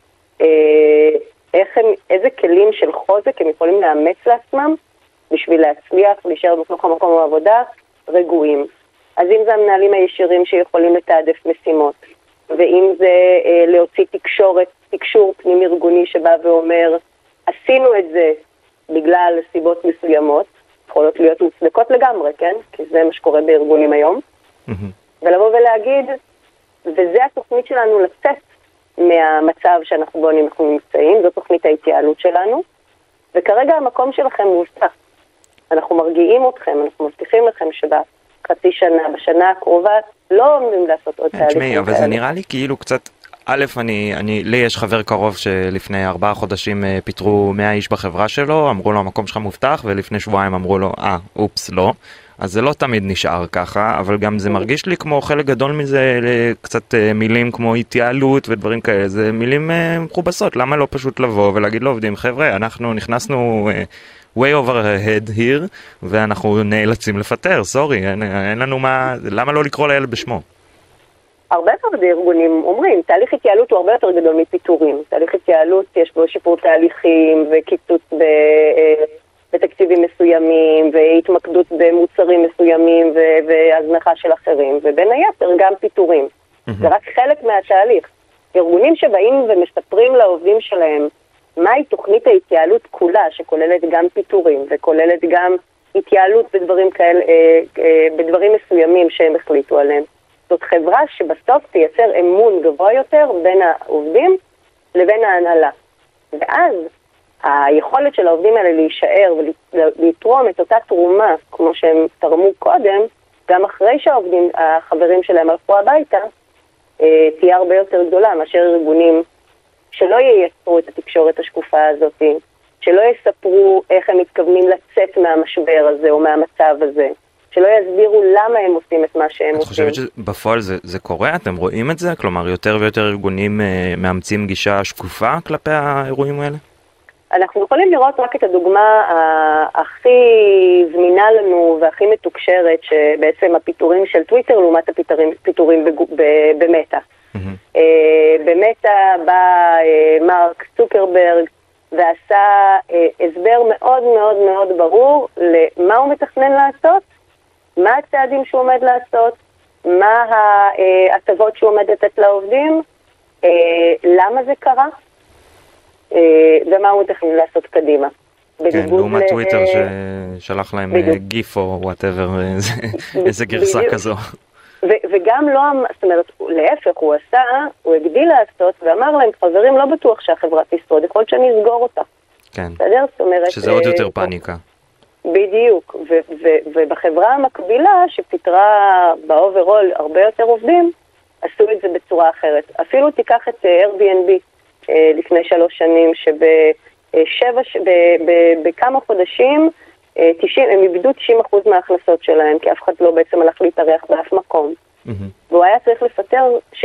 איזה כלים של חוזק הם יכולים לאמץ לעצמם בשביל להצליח ולהישאר בתוך המקום העבודה רגועים. אז אם זה המנהלים הישירים שיכולים לתעדף משימות, ואם זה להוציא תקשור פנים ארגוני שבא ואומר, עשינו את זה בגלל סיבות מסוימות, יכולות להיות מוצדקות לגמרי, כן? כי זה מה שקורה בארגונים היום. ולבוא ולהגיד, וזה התוכנית שלנו לצאת מהמצב שאנחנו בו אנחנו נמצאים, זו תוכנית ההתייעלות שלנו, וכרגע המקום שלכם מובטח. אנחנו מרגיעים אתכם, אנחנו מבטיחים לכם שבחצי שנה, בשנה הקרובה, לא עומדים לעשות עוד תהליכים. תשמעי, אבל זה נראה לי כאילו קצת, א', לי יש חבר קרוב שלפני 4 חודשים פיטרו 100 איש בחברה שלו, אמרו לו המקום שלך מובטח, ולפני שבועיים אמרו לו, אופס, לא. אז זה לא תמיד נשאר ככה, אבל גם זה מרגיש לי כמו חלק גדול מזה, קצת מילים כמו התייעלות ודברים כאלה, זה מילים מחובסות, למה לא פשוט לבוא ולהגיד לעובדים, חבר'ה, אנחנו נכנסנו way over head here, ואנחנו נאלצים לפטר, סורי, אין לנו מה, למה לא לקרוא לילד בשמו? הרבה מאוד ארגונים אומרים, תהליך התייעלות הוא הרבה יותר גדול מפיטורים, תהליך התייעלות יש בו שיפור תהליכים וקיצוץ בתקציבים מסוימים, והתמקדות במוצרים מסוימים, והזנחה של אחרים, ובין היתר גם פיטורים. זה רק חלק מהתהליך. ארגונים שבאים ומספרים לעובדים שלהם מהי תוכנית ההתייעלות כולה, שכוללת גם פיטורים, וכוללת גם התייעלות בדברים כאלה, בדברים מסוימים שהם החליטו עליהם. זאת חברה שבסוף תייצר אמון גבוה יותר בין העובדים לבין ההנהלה. ואז היכולת של העובדים האלה להישאר ולתרום את אותה תרומה, כמו שהם תרמו קודם, גם אחרי שהעובדים, החברים שלהם הלכו הביתה, תהיה הרבה יותר גדולה מאשר ארגונים שלא ייצרו את התקשורת השקופה הזאת, שלא יספרו איך הם מתכוונים לצאת מהמשבר הזה או מהמצב הזה, שלא יסבירו למה הם עושים את מה שהם עושים. את חושבת שבפועל זה קורה? אתם רואים את זה? כלומר, יותר ויותר ארגונים מאמצים גישה שקופה כלפי האירועים האלה? אנחנו יכולים לראות רק את הדוגמה הכי זמינה לנו והכי מתוקשרת, שבעצם הפיטורים של טוויטר לעומת הפיטורים במטה. במטה בא מרק צוקרברג ועשה הסבר מאוד מאוד מאוד ברור למה הוא מתכנן לעשות, מה הצעדים שהוא עומד לעשות, מה ההטבות שהוא עומד לתת לעובדים, למה זה קרה, ומה הוא מתכנן לעשות קדימה. כן, לעומת טוויטר ששלח להם גיף או whatever, איזה גרסה כזו. וגם לא, זאת אומרת, להפך, הוא הגדיל לעשות ואמר להם, חברים, לא בטוח שהחברה תשרוד, יכול להיות שאני אסגור אותה. כן, זאת אומרת, שזה עוד יותר פאניקה. בדיוק, ובחברה המקבילה שפיתרה באוברול הרבה יותר עובדים, עשו את זה בצורה אחרת. אפילו תיקח את Airbnb לפני 3 שנים, בכמה חודשים הם איבדו 90% מההכנסות שלהם, כי אף אחד לא בעצם הלך להתארח באף מקום. והוא היה צריך לפטר 25%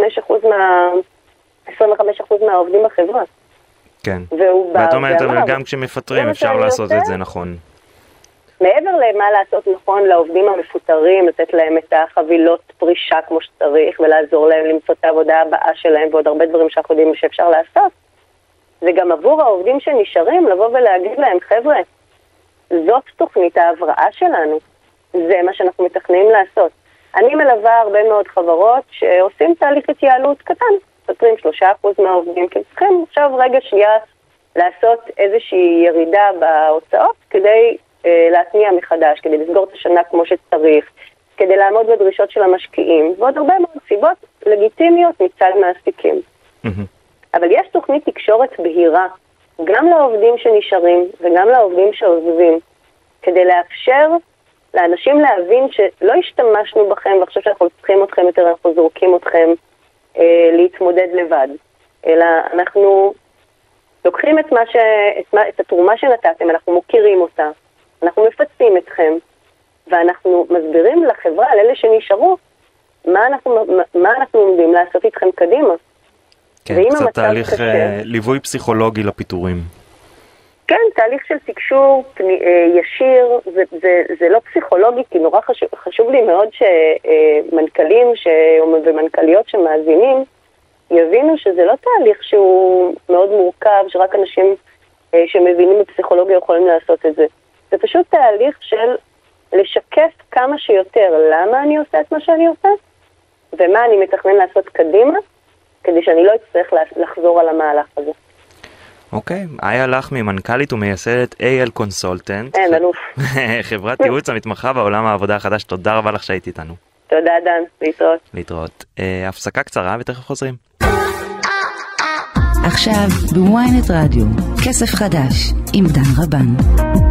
מהעובדים בחברה. כן, ואת אומרת, אבל גם כשמפטרים אפשר לעשות את זה נכון. מעבר למה לעשות נכון לעובדים המפוטרים, לתת להם את החבילות פרישה כמו שצריך, ולעזור להם למצוא את העבודה הבאה שלהם, ועוד הרבה דברים שאנחנו יודעים שאפשר לעשות, וגם עבור העובדים שנשארים, לבוא ולהגיד להם, חבר'ה, זאת תוכנית ההבראה שלנו. זה מה שאנחנו מתכננים לעשות. אני מלווה הרבה מאוד חברות שעושים תהליך התייעלות קטן, פותרים 3% מהעובדים, כי צריכים עכשיו רגע שנייה לעשות איזושהי ירידה בהוצאות כדי להתניע מחדש, כדי לסגור את השנה כמו שצריך, כדי לעמוד בדרישות של המשקיעים, ועוד הרבה מאוד סיבות לגיטימיות מצד מעסיקים. אבל יש תוכנית תקשורת בהירה, גם לעובדים שנשארים וגם לעובדים שעוזבים, כדי לאפשר לאנשים להבין שלא השתמשנו בכם ועכשיו שאנחנו צריכים אתכם יותר, אנחנו זורקים אתכם להתמודד לבד, אלא אנחנו לוקחים את התרומה שנתתם, אנחנו מוכירים אותה, אנחנו מפצים אתכם, ואנחנו מסבירים לחברה, על אלה שנשארו, מה אנחנו עומדים לעשות איתכם קדימה. כן, קצת תהליך ליווי פסיכולוגי לפיטורים. כן, תהליך של תקשור ישיר, זה לא פסיכולוגי, כי נורא חשוב לי מאוד שמנכ"לים ומנכ"ליות שמאזינים, יבינו שזה לא תהליך שהוא מאוד מורכב, שרק אנשים שמבינים בפסיכולוגיה יכולים לעשות את זה. זה פשוט תהליך של לשקף כמה שיותר למה אני עושה את מה שאני עושה, ומה אני מתכנן לעשות קדימה, כדי שאני לא אצטרך לחזור על המהלך הזה. אוקיי, איה לחמי, מנכ"לית ומייסדת AL Consultant. אין, אלוף. חברת ייעוץ המתמחה בעולם העבודה החדש, תודה רבה לך שהיית איתנו. תודה דן, להתראות. להתראות. הפסקה קצרה ותכף חוזרים. עכשיו בוויינט רדיו, כסף חדש עם דן רבן.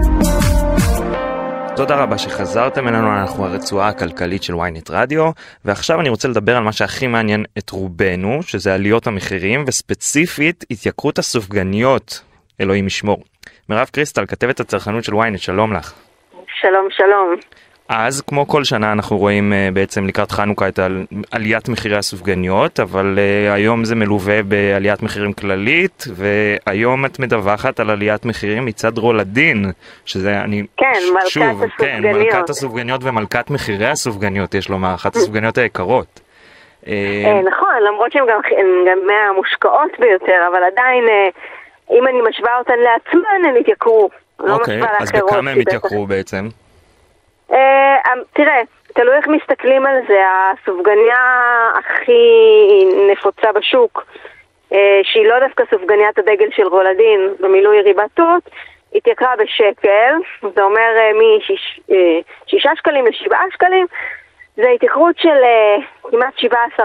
תודה רבה שחזרתם אלינו, אנחנו הרצועה הכלכלית של וויינט רדיו, ועכשיו אני רוצה לדבר על מה שהכי מעניין את רובנו, שזה עליות המחירים, וספציפית התייקרות הסופגניות, אלוהים ישמור. מירב קריסטל, כתבת הצרכנות של וויינט, שלום לך. שלום, שלום. אז כמו כל שנה אנחנו רואים בעצם לקראת חנוכה את עליית מחירי הסופגניות, אבל היום זה מלווה בעליית מחירים כללית, והיום את מדווחת על עליית מחירים מצד רולדין, שזה אני... כן, מלכת הסופגניות. כן, מלכת הסופגניות ומלכת מחירי הסופגניות, יש לומר, אחת הסופגניות היקרות. נכון, למרות שהן גם מהמושקעות ביותר, אבל עדיין, אם אני משווה אותן לעצמן, הן התייקרו. אוקיי, אז בכמה הם התייקרו בעצם? תראה, תלוי איך מסתכלים על זה. הסופגניה הכי נפוצה בשוק שהיא לא דווקא סופגניית הדגל של רולדין במילוי ריבתות, התייקרה בשקל, זה אומר מ6 שקלים ל7 שקלים, זה התייקרות של כמעט 17%,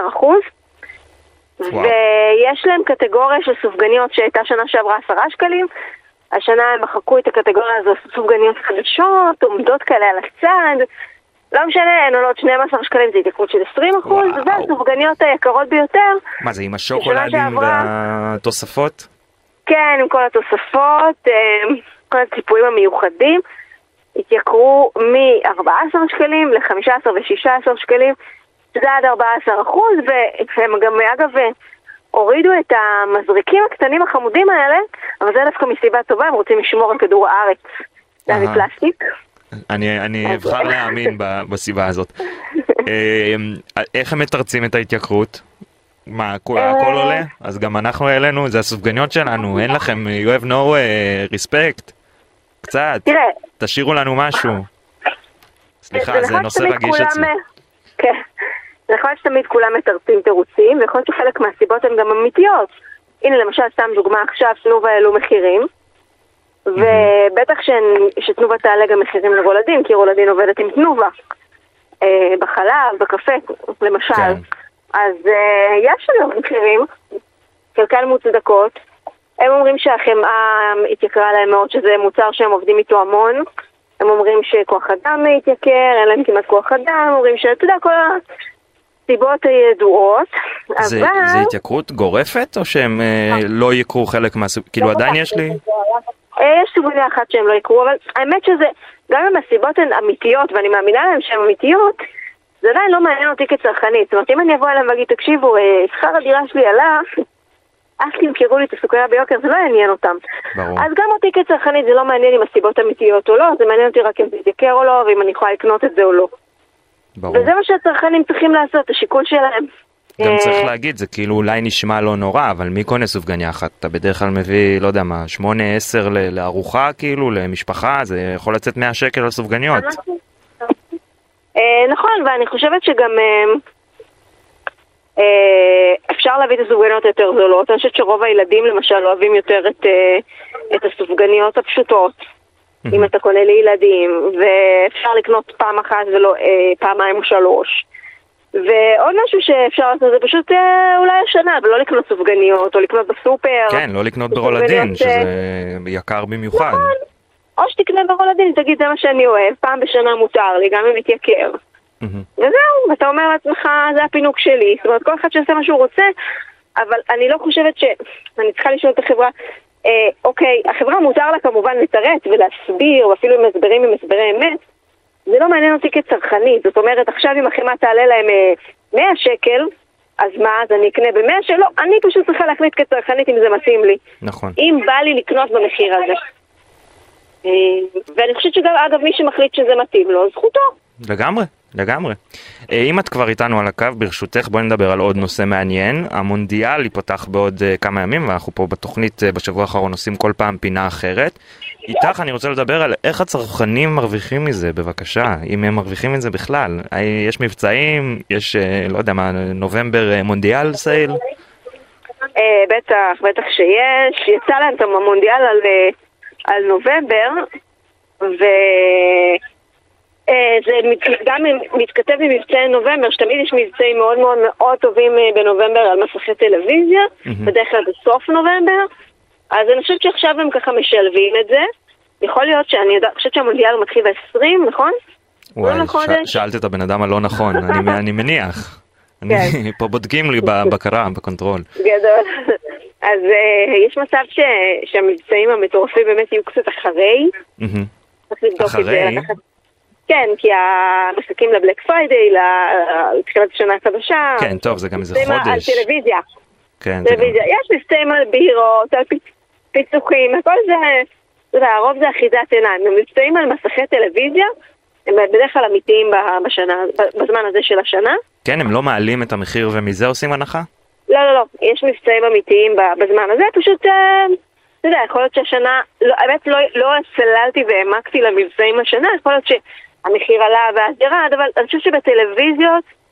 ויש להם קטגוריה של סופגניות שהייתה שנה שעברה 10 שקלים, השנה הם מחקו את הקטגוריה הזו, סופגניות חדשות, עומדות כאלה על הצד, לא משנה, הן עולות 12 שקלים, זה התייקרות של 20%, וזה הסופגניות היקרות ביותר. מה זה, עם השוקולדים והתוספות? כן, עם כל התוספות, כל הציפויים המיוחדים, התייקרו מ-14 שקלים ל-15 ו-16 שקלים, זה עד 14%, והם גם אגב הורידו את המזריקים הקטנים החמודים האלה, אבל זה דווקא מסיבה טובה, הם רוצים לשמור על כדור הארץ, זה מפלסטיק. אני אבחר להאמין בסיבה הזאת. איך הם מתרצים את ההתייקרות? מה, הכל עולה? אז גם אנחנו העלינו, זה הסופגניות שלנו, אין לכם, you have no respect? קצת, תשאירו לנו משהו. סליחה, זה נושא רגיש אצלי. כן, זה יכול להיות שתמיד כולם מתרצים תירוצים, ויכול להיות שחלק מהסיבות הן גם אמיתיות. הנה למשל, סתם דוגמה, עכשיו תנובה העלו מחירים, ובטח שתנובה תעלה גם מחירים לרולדין, כי רולדין עובדת עם תנובה. בחלב, בקפה, למשל. אז יש לנו מחירים, חלקן מוצדקות. הם אומרים שהחמאה התייקרה להם מאוד, שזה מוצר שהם עובדים איתו המון. הם אומרים שכוח אדם התייקר, אין להם כמעט כוח אדם, אומרים שאתה יודע, כל הסיבות הידועות. זה התייקרות גורפת, או שהם לא יקרו חלק כאילו עדיין יש לי? יש סוגיה אחת שהם לא יקרו, אבל האמת שזה, גם אם הסיבות הן אמיתיות, ואני מאמינה להם שהן אמיתיות, זה עדיין לא מעניין אותי כצרכנית. זאת אומרת, אם אני אבוא אליהם ואגיד, תקשיבו, שכר הדירה שלי עלה, אז תמכרו לי את הסוכריה ביוקר, זה לא יעניין אותם. ברור. אז גם אותי כצרכנית זה לא מעניין אם הסיבות אמיתיות או לא, זה מעניין אותי רק אם זה יתייקר או לא, ואם אני יכולה לקנות את זה או לא. ברור. וזה מה שהצרכנים צריכים לעשות, השיקול שלהם. גם צריך להגיד, זה כאילו אולי נשמע לא נורא, אבל מי קונה סופגניה אחת? אתה בדרך כלל מביא, לא יודע מה, 8-10 לארוחה כאילו, למשפחה, זה יכול לצאת 100 שקל על סופגניות. נכון, ואני חושבת שגם אפשר להביא את הסופגניות יותר זולות. אני חושבת שרוב הילדים למשל אוהבים יותר את הסופגניות הפשוטות, אם אתה קונה לילדים, ואפשר לקנות פעם אחת ולא פעמיים או 3. ועוד משהו שאפשר לעשות זה פשוט אולי השנה, ולא לקנות סופגניות או לקנות בסופר. כן, לא לקנות ברולדין, שזה יקר במיוחד. נכון, או שתקנה ברולדין, תגיד זה מה שאני אוהב, פעם בשנה מותר לי, גם אם מתייקר. וזהו, ואתה אומר לעצמך, זה הפינוק שלי. זאת אומרת, כל אחד שעושה מה שהוא רוצה, אבל אני לא חושבת אני צריכה לשאול את החברה, אוקיי, החברה מותר לה כמובן לתרץ ולהסביר, ואפילו עם הסברי אמת, זה לא מעניין אותי כצרכנית. זאת אומרת, עכשיו אם החברה תעלה להם 100 שקל, אז מה, אז אני אקנה ב100 שלא, אני פשוט צריכה להחליט כצרכנית אם זה מתאים לי. נכון. אם בא לי לקנות במחיר הזה. ואני חושבת שגם, אגב, מי שמחליט שזה מתאים לו, זכותו. לגמרי, לגמרי. אם את כבר איתנו על הקו, ברשותך, בואי נדבר על עוד נושא מעניין. המונדיאל ייפתח בעוד כמה ימים, ואנחנו פה בתוכנית בשבוע האחרון עושים כל פעם פינה אחרת. איתך אני רוצה לדבר על איך הצרכנים מרוויחים מזה, בבקשה, אם הם מרוויחים מזה בכלל. יש מבצעים, יש, לא יודע מה, נובמבר מונדיאל סייל? בטח שיש. יצא להם את המונדיאל על נובמבר, וזה גם מתכתב עם מבצעי נובמבר, שתמיד יש מבצעים מאוד מאוד מאוד טובים בנובמבר על מסכי טלוויזיה, בדרך כלל בסוף נובמבר, אז אני חושבת שעכשיו הם ככה משלבים את זה. יכול להיות שאני חושבת שהמונדיאל הוא מתחיל ב-20, נכון? וואי, שאלת את הבן אדם הלא נכון, אני מניח. פה בודקים לי בבקרה, בקונטרול. גדול. אז יש מצב שהמבצעים המטורפים באמת יהיו קצת אחרי. אחרי? כן, כי המחכים לבלק פריידיי, לתחילת השנה החדשה. כן, טוב, זה גם איזה חודש. על טלוויזיה. כן, יש מבצעים על בירות, על פיצוחים, הכל זה, הרוב זה אחיזת עיניים. מבצעים על מסכי טלוויזיה, הם בדרך כלל אמיתיים בזמן הזה של השנה. כן, הם לא מעלים את המחיר ומזה עושים הנחה? לא, יש מבצעים אמיתיים בזמן הזה, פשוט, אתה יודע, יכול להיות שהשנה, האמת לא סללתי והעמקתי למבצעים השנה, יכול להיות שהמחיר עלה ואז ירד, אבל אני חושב שבטלוויזיות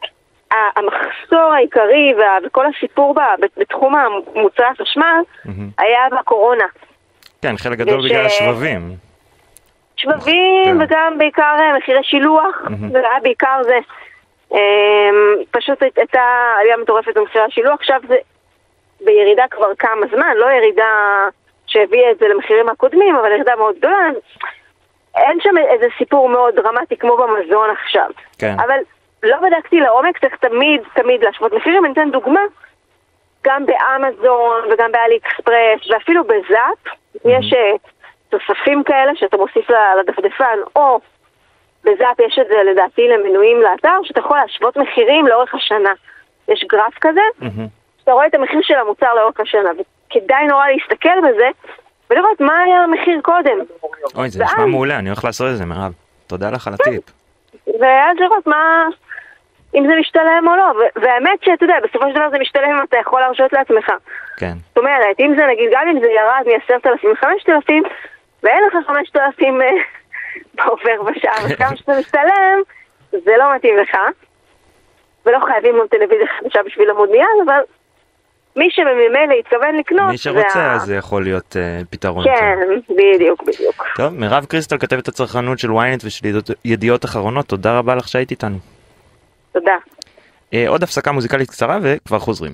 המחסור העיקרי וכל הסיפור בתחום מוצרי החשמל היה בקורונה. כן, חלק גדול בגלל השבבים. שבבים וגם בעיקר מחירי שילוח, זה היה בעיקר זה. פשוט הייתה עלייה מטורפת במחירי השילוח, עכשיו זה בירידה כבר כמה זמן, לא ירידה שהביאה את זה למחירים הקודמים, אבל ירידה מאוד גדולה. אין שם איזה סיפור מאוד דרמטי כמו במזון עכשיו. כן. אבל לא בדקתי לעומק, צריך תמיד להשוות מחירים. אני אתן דוגמה, גם באמזון וגם באלי אקספרס ואפילו בזאפ, יש תוספים כאלה שאתה מוסיף לדפדפן, או בזאפ יש את זה לדעתי למנויים לאתר, שאתה יכול להשוות מחירים לאורך השנה. יש גרף כזה, שאתה רואה את המחיר של המוצר לאורך השנה, וכדאי נורא להסתכל בזה, ולראות מה היה המחיר קודם. אוי, זה נשמע מעולה, אני הולך לעשות את זה, מירב. תודה לך על הטיפ. ואז לראות אם זה משתלם או לא, והאמת שאתה יודע, בסופו של דבר זה משתלם אם אתה יכול להרשות לעצמך. כן. זאת אומרת, אם זה נגיד, גם אם זה ירד מ10,000 ל5,000, ואין לך 5,000 בעובר בשעה, וכמה שאתה משתלם, זה לא מתאים לך, ולא חייבים גם טלוויזיה חדשה בשביל עמוד מיד, אבל מי שממילא התכוון לקנות, מי שרוצה, אז זה יכול להיות פתרון. כן, בדיוק. טוב, מירב קריסטל, כתבת הצרכנות של ynet ושל ידיעות אחרונות, תודה רבה לך שהיית איתנו. תודה. עוד הפסקה מוזיקלית קצרה וכבר חוזרים.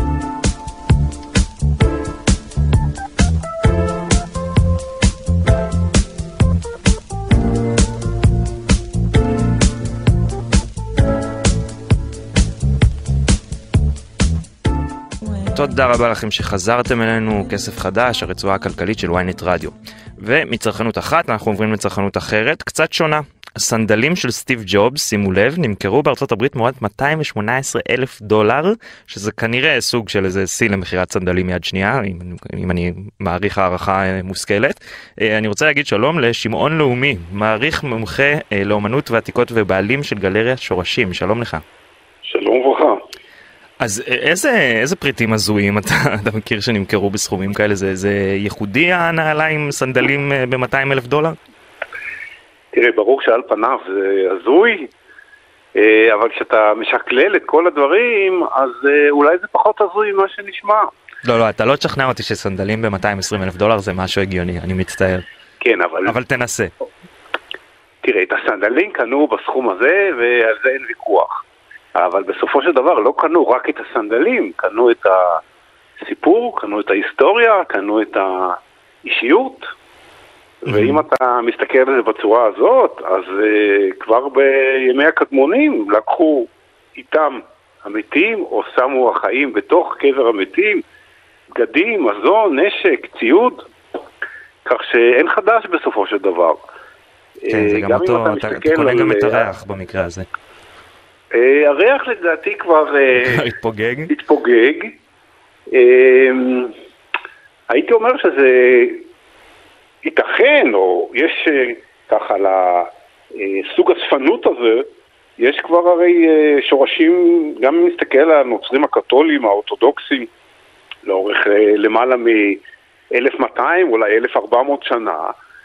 תודה רבה לכם שחזרתם אלינו, כסף חדש, הרצועה הכלכלית של ynet רדיו. ומצרכנות אחת אנחנו עוברים לצרכנות אחרת, קצת שונה. הסנדלים של סטיב ג'ובס, שימו לב, נמכרו בארצות הברית תמורת $218,000, שזה כנראה סוג של איזה שיא למכירת סנדלים יד שנייה, אם אני מעריך הערכה מושכלת. אני רוצה להגיד שלום לשמעון לאומי, מעריך מומחה לאומנות ועתיקות ובעלים של גלריה שורשים. שלום לך. שלום וברכה. אז איזה פריטים הזויים אתה מכיר שנמכרו בסכומים כאלה? זה ייחודי הנעליים סנדלים ב$200,000? תראה, ברור שעל פניו זה הזוי, אבל כשאתה משקלל את כל הדברים, אז אולי זה פחות הזוי ממה שנשמע. לא, אתה לא תשכנע אותי שסנדלים ב$220,000 זה משהו הגיוני, אני מצטער. כן, אבל תנסה. תראה, את הסנדלים קנו בסכום הזה, ועל זה אין ויכוח. אבל בסופו של דבר לא קנו רק את הסנדלים, קנו את הסיפור, קנו את ההיסטוריה, קנו את האישיות. ואם אתה מסתכל על זה בצורה הזאת, אז כבר בימי הקדמונים לקחו איתם המתים, או שמו החיים בתוך קבר המתים, בגדים, מזון, נשק, ציוד, כך שאין חדש בסופו של דבר. כן, זה גם אותו, אתה קונה גם את הריח במקרה הזה. הריח לדעתי כבר התפוגג. הייתי אומר שזה ייתכן, או יש ככה לסוג הספנות הזה, יש כבר הרי שורשים, גם אם נסתכל על הנוצרים הקתולים, האורתודוקסים, לאורך למעלה מ-1200, אולי 1400 שנה,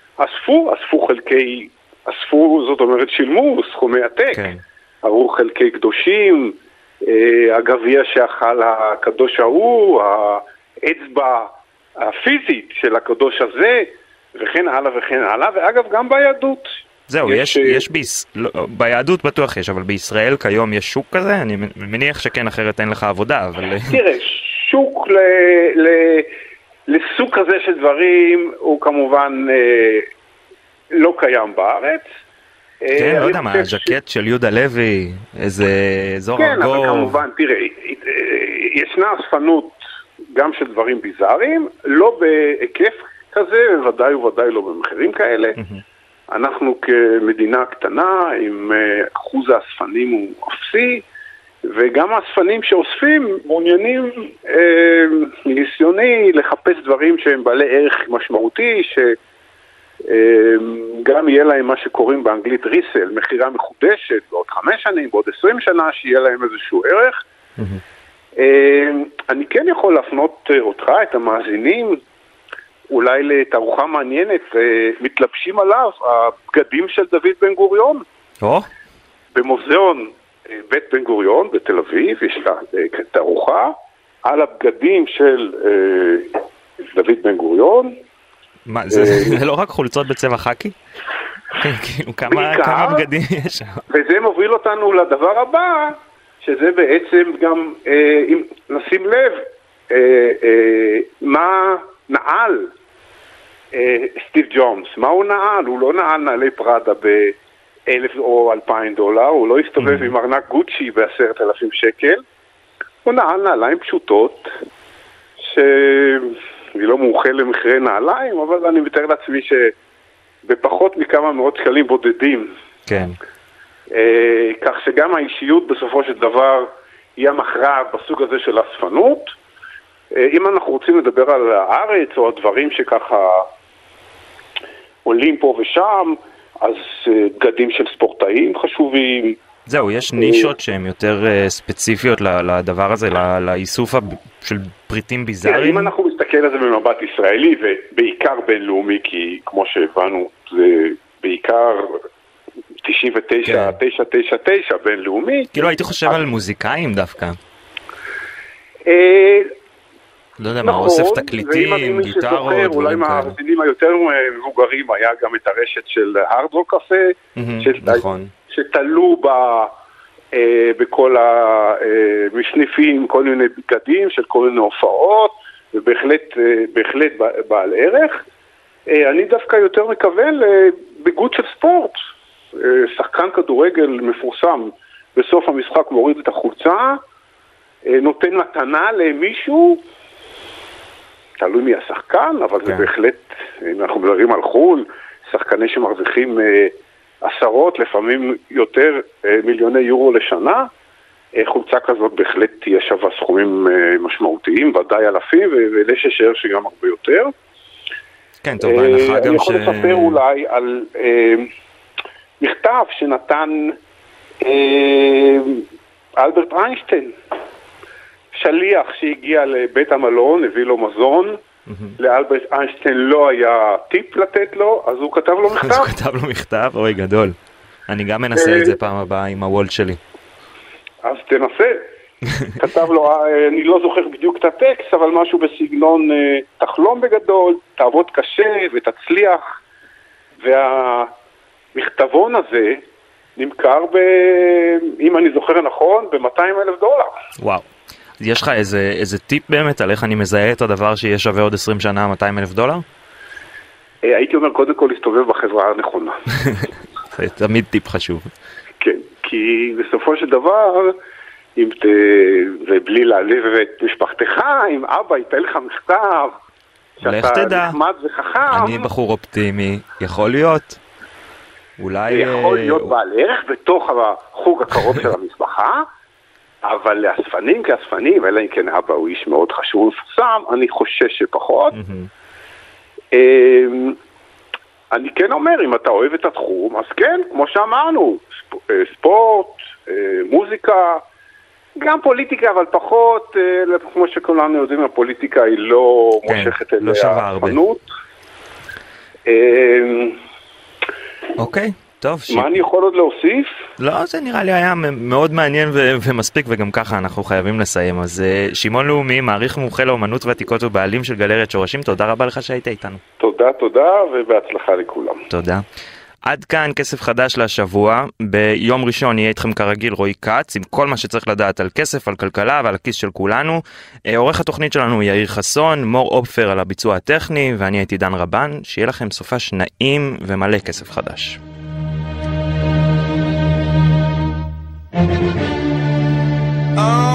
אספו, זאת אומרת, שילמו סכומי עתק. כן. ערו חלקי קדושים, הגביע שאכל הקדוש ההוא, האצבע הפיזית של הקדוש הזה, וכן הלאה וכן הלאה, ואגב גם ביהדות. זהו, ביהדות בטוח יש, אבל בישראל כיום יש שוק כזה? אני מניח שכן, אחרת אין לך עבודה, אבל... תראה, שוק לסוג כזה של דברים הוא כמובן לא קיים בארץ. כן, לא יודע מה, הז'קט של יהודה לוי, איזה אזור ארגוב. כן, אבל כמובן, תראה, ישנה אספנות גם של דברים ביזאריים, לא בהיקף כזה, וודאי לא במחירים כאלה. אנחנו כמדינה קטנה, עם אחוז האספנים הוא אפסי, וגם האספנים שאוספים מעוניינים ניסיוני לחפש דברים שהם בעלי ערך משמעותי, גם יהיה להם מה שקוראים באנגלית ריסל, מחירה מחודשת, בעוד 5 שנים, בעוד 20 שנה, שיהיה להם איזשהו ערך. אני כן יכול להפנות אותך, את המאזינים, אולי לתערוכה מעניינת, מתלבשים עליו הבגדים של דוד בן גוריון. במוזיאון בית בן גוריון בתל אביב, יש לה תערוכה על הבגדים של דוד בן גוריון. מה, זה לא רק חולצות בצבע חקי? כמה בגדים יש שם? וזה מוביל אותנו לדבר הבא, שזה בעצם גם, אם נשים לב, מה נעל סטיב ג'ובס, מה הוא נעל? הוא לא נעל נעלי פראדה ב$1,000 או $2,000, הוא לא הסתובב עם ארנק גוצ'י ב10,000 שקל, הוא נעל נעליים פשוטות, שאני לא מומחה למחירי נעליים, אבל אני מתאר לעצמי שבפחות מכמה מאות שקלים בודדים. כן. כך שגם האישיות בסופו של דבר היא המכרעת בסוג הזה של אספנות. אם אנחנו רוצים לדבר על הארץ או הדברים שככה עולים פה ושם, אז בגדים של ספורטאים חשובים. זהו, יש נישות שהן יותר ספציפיות לדבר הזה, לאיסוף של פריטים ביזאריים? אם אנחנו מסתכל על זה במבט ישראלי ובעיקר בינלאומי, כי כמו שהבנו זה בעיקר 99.999 בינלאומי. כאילו הייתי חושב על מוזיקאים דווקא. לא יודע מה, אוסף תקליטים, גיטרות, אולי מהארזינים היותר מבוגרים היה גם את הרשת של הארד רוק קפה, שתלו בכל המשניפים כל מיני בגדים של כל מיני הופעות, ובהחלט בעל ערך. אני דווקא יותר מכוון לבגוד של ספורט. שחקן כדורגל מפורסם בסוף המשחק מוריד את החולצה, נותן מתנה למישהו, תלוי מי השחקן, אבל זה בהחלט, אם אנחנו מדברים על חול, שחקני שמרוויחים עשרות, לפעמים יותר מיליוני יורו לשנה, חולצה כזאת בהחלט תהיה שווה סכומים משמעותיים, ודאי אלפים, ולש אשר שגם הרבה יותר. כן, טוב, בהנחה גם אני יכול לספר אולי על מכתב שנתן אלברט איינשטיין, שליח שהגיע לבית המלון, הביא לו מזון, לאלברט איינשטיין לא היה טיפ לתת לו, אז הוא כתב לו מכתב. אז הוא כתב לו מכתב? אוי, גדול. אני גם מנסה את זה פעם הבאה עם הוולט שלי. אז תנסה. כתב לו, אני לא זוכר בדיוק את הטקסט, אבל משהו בסגנון תחלום בגדול, תעבוד קשה ותצליח, והמכתבון הזה נמכר אם אני זוכר נכון, $200,000. וואו. יש לך איזה טיפ באמת על איך אני מזהה את הדבר שיהיה שווה עוד 20 שנה $200,000? הייתי אומר קודם כל להסתובב בחברה הנכונה. זה תמיד טיפ חשוב. כן, כי בסופו של דבר, ובלי להעליב את משפחתך, אם אבא ייתן לך מכתב, שאתה נחמד וחכם, אני בחור אופטימי, יכול להיות. אולי יכול להיות בעל ערך בתוך החוג הקרוב של המשפחה, אבל לאספנים כאספנים, אלא אם כן אבא הוא איש מאוד חשוב ומפורסם, אני חושש שפחות. אני כן אומר, אם אתה אוהב את התחום, אז כן, כמו שאמרנו, ספורט, מוזיקה, גם פוליטיקה, אבל פחות, כמו שכולנו יודעים, הפוליטיקה היא לא מושכת אליה האספנות. אוקיי. טוב, מה אני יכול עוד להוסיף? לא, זה נראה לי היה מאוד מעניין ומספיק, וגם ככה אנחנו חייבים לסיים. אז שמעון לאומי, מעריך מומחה לאומנות ועתיקות ובעלים של גלריית שורשים, תודה רבה לך שהיית איתנו. תודה, ובהצלחה לכולם. תודה. עד כאן כסף חדש לשבוע. ביום ראשון יהיה איתכם כרגיל רועי קץ, עם כל מה שצריך לדעת על כסף, על כלכלה ועל הכיס של כולנו. עורך התוכנית שלנו הוא יאיר חסון, מור אופפר על הביצוע הטכני, ואני הייתי דן רבן. שיהיה לכם סופש נעים ומלא כסף חדש. Oh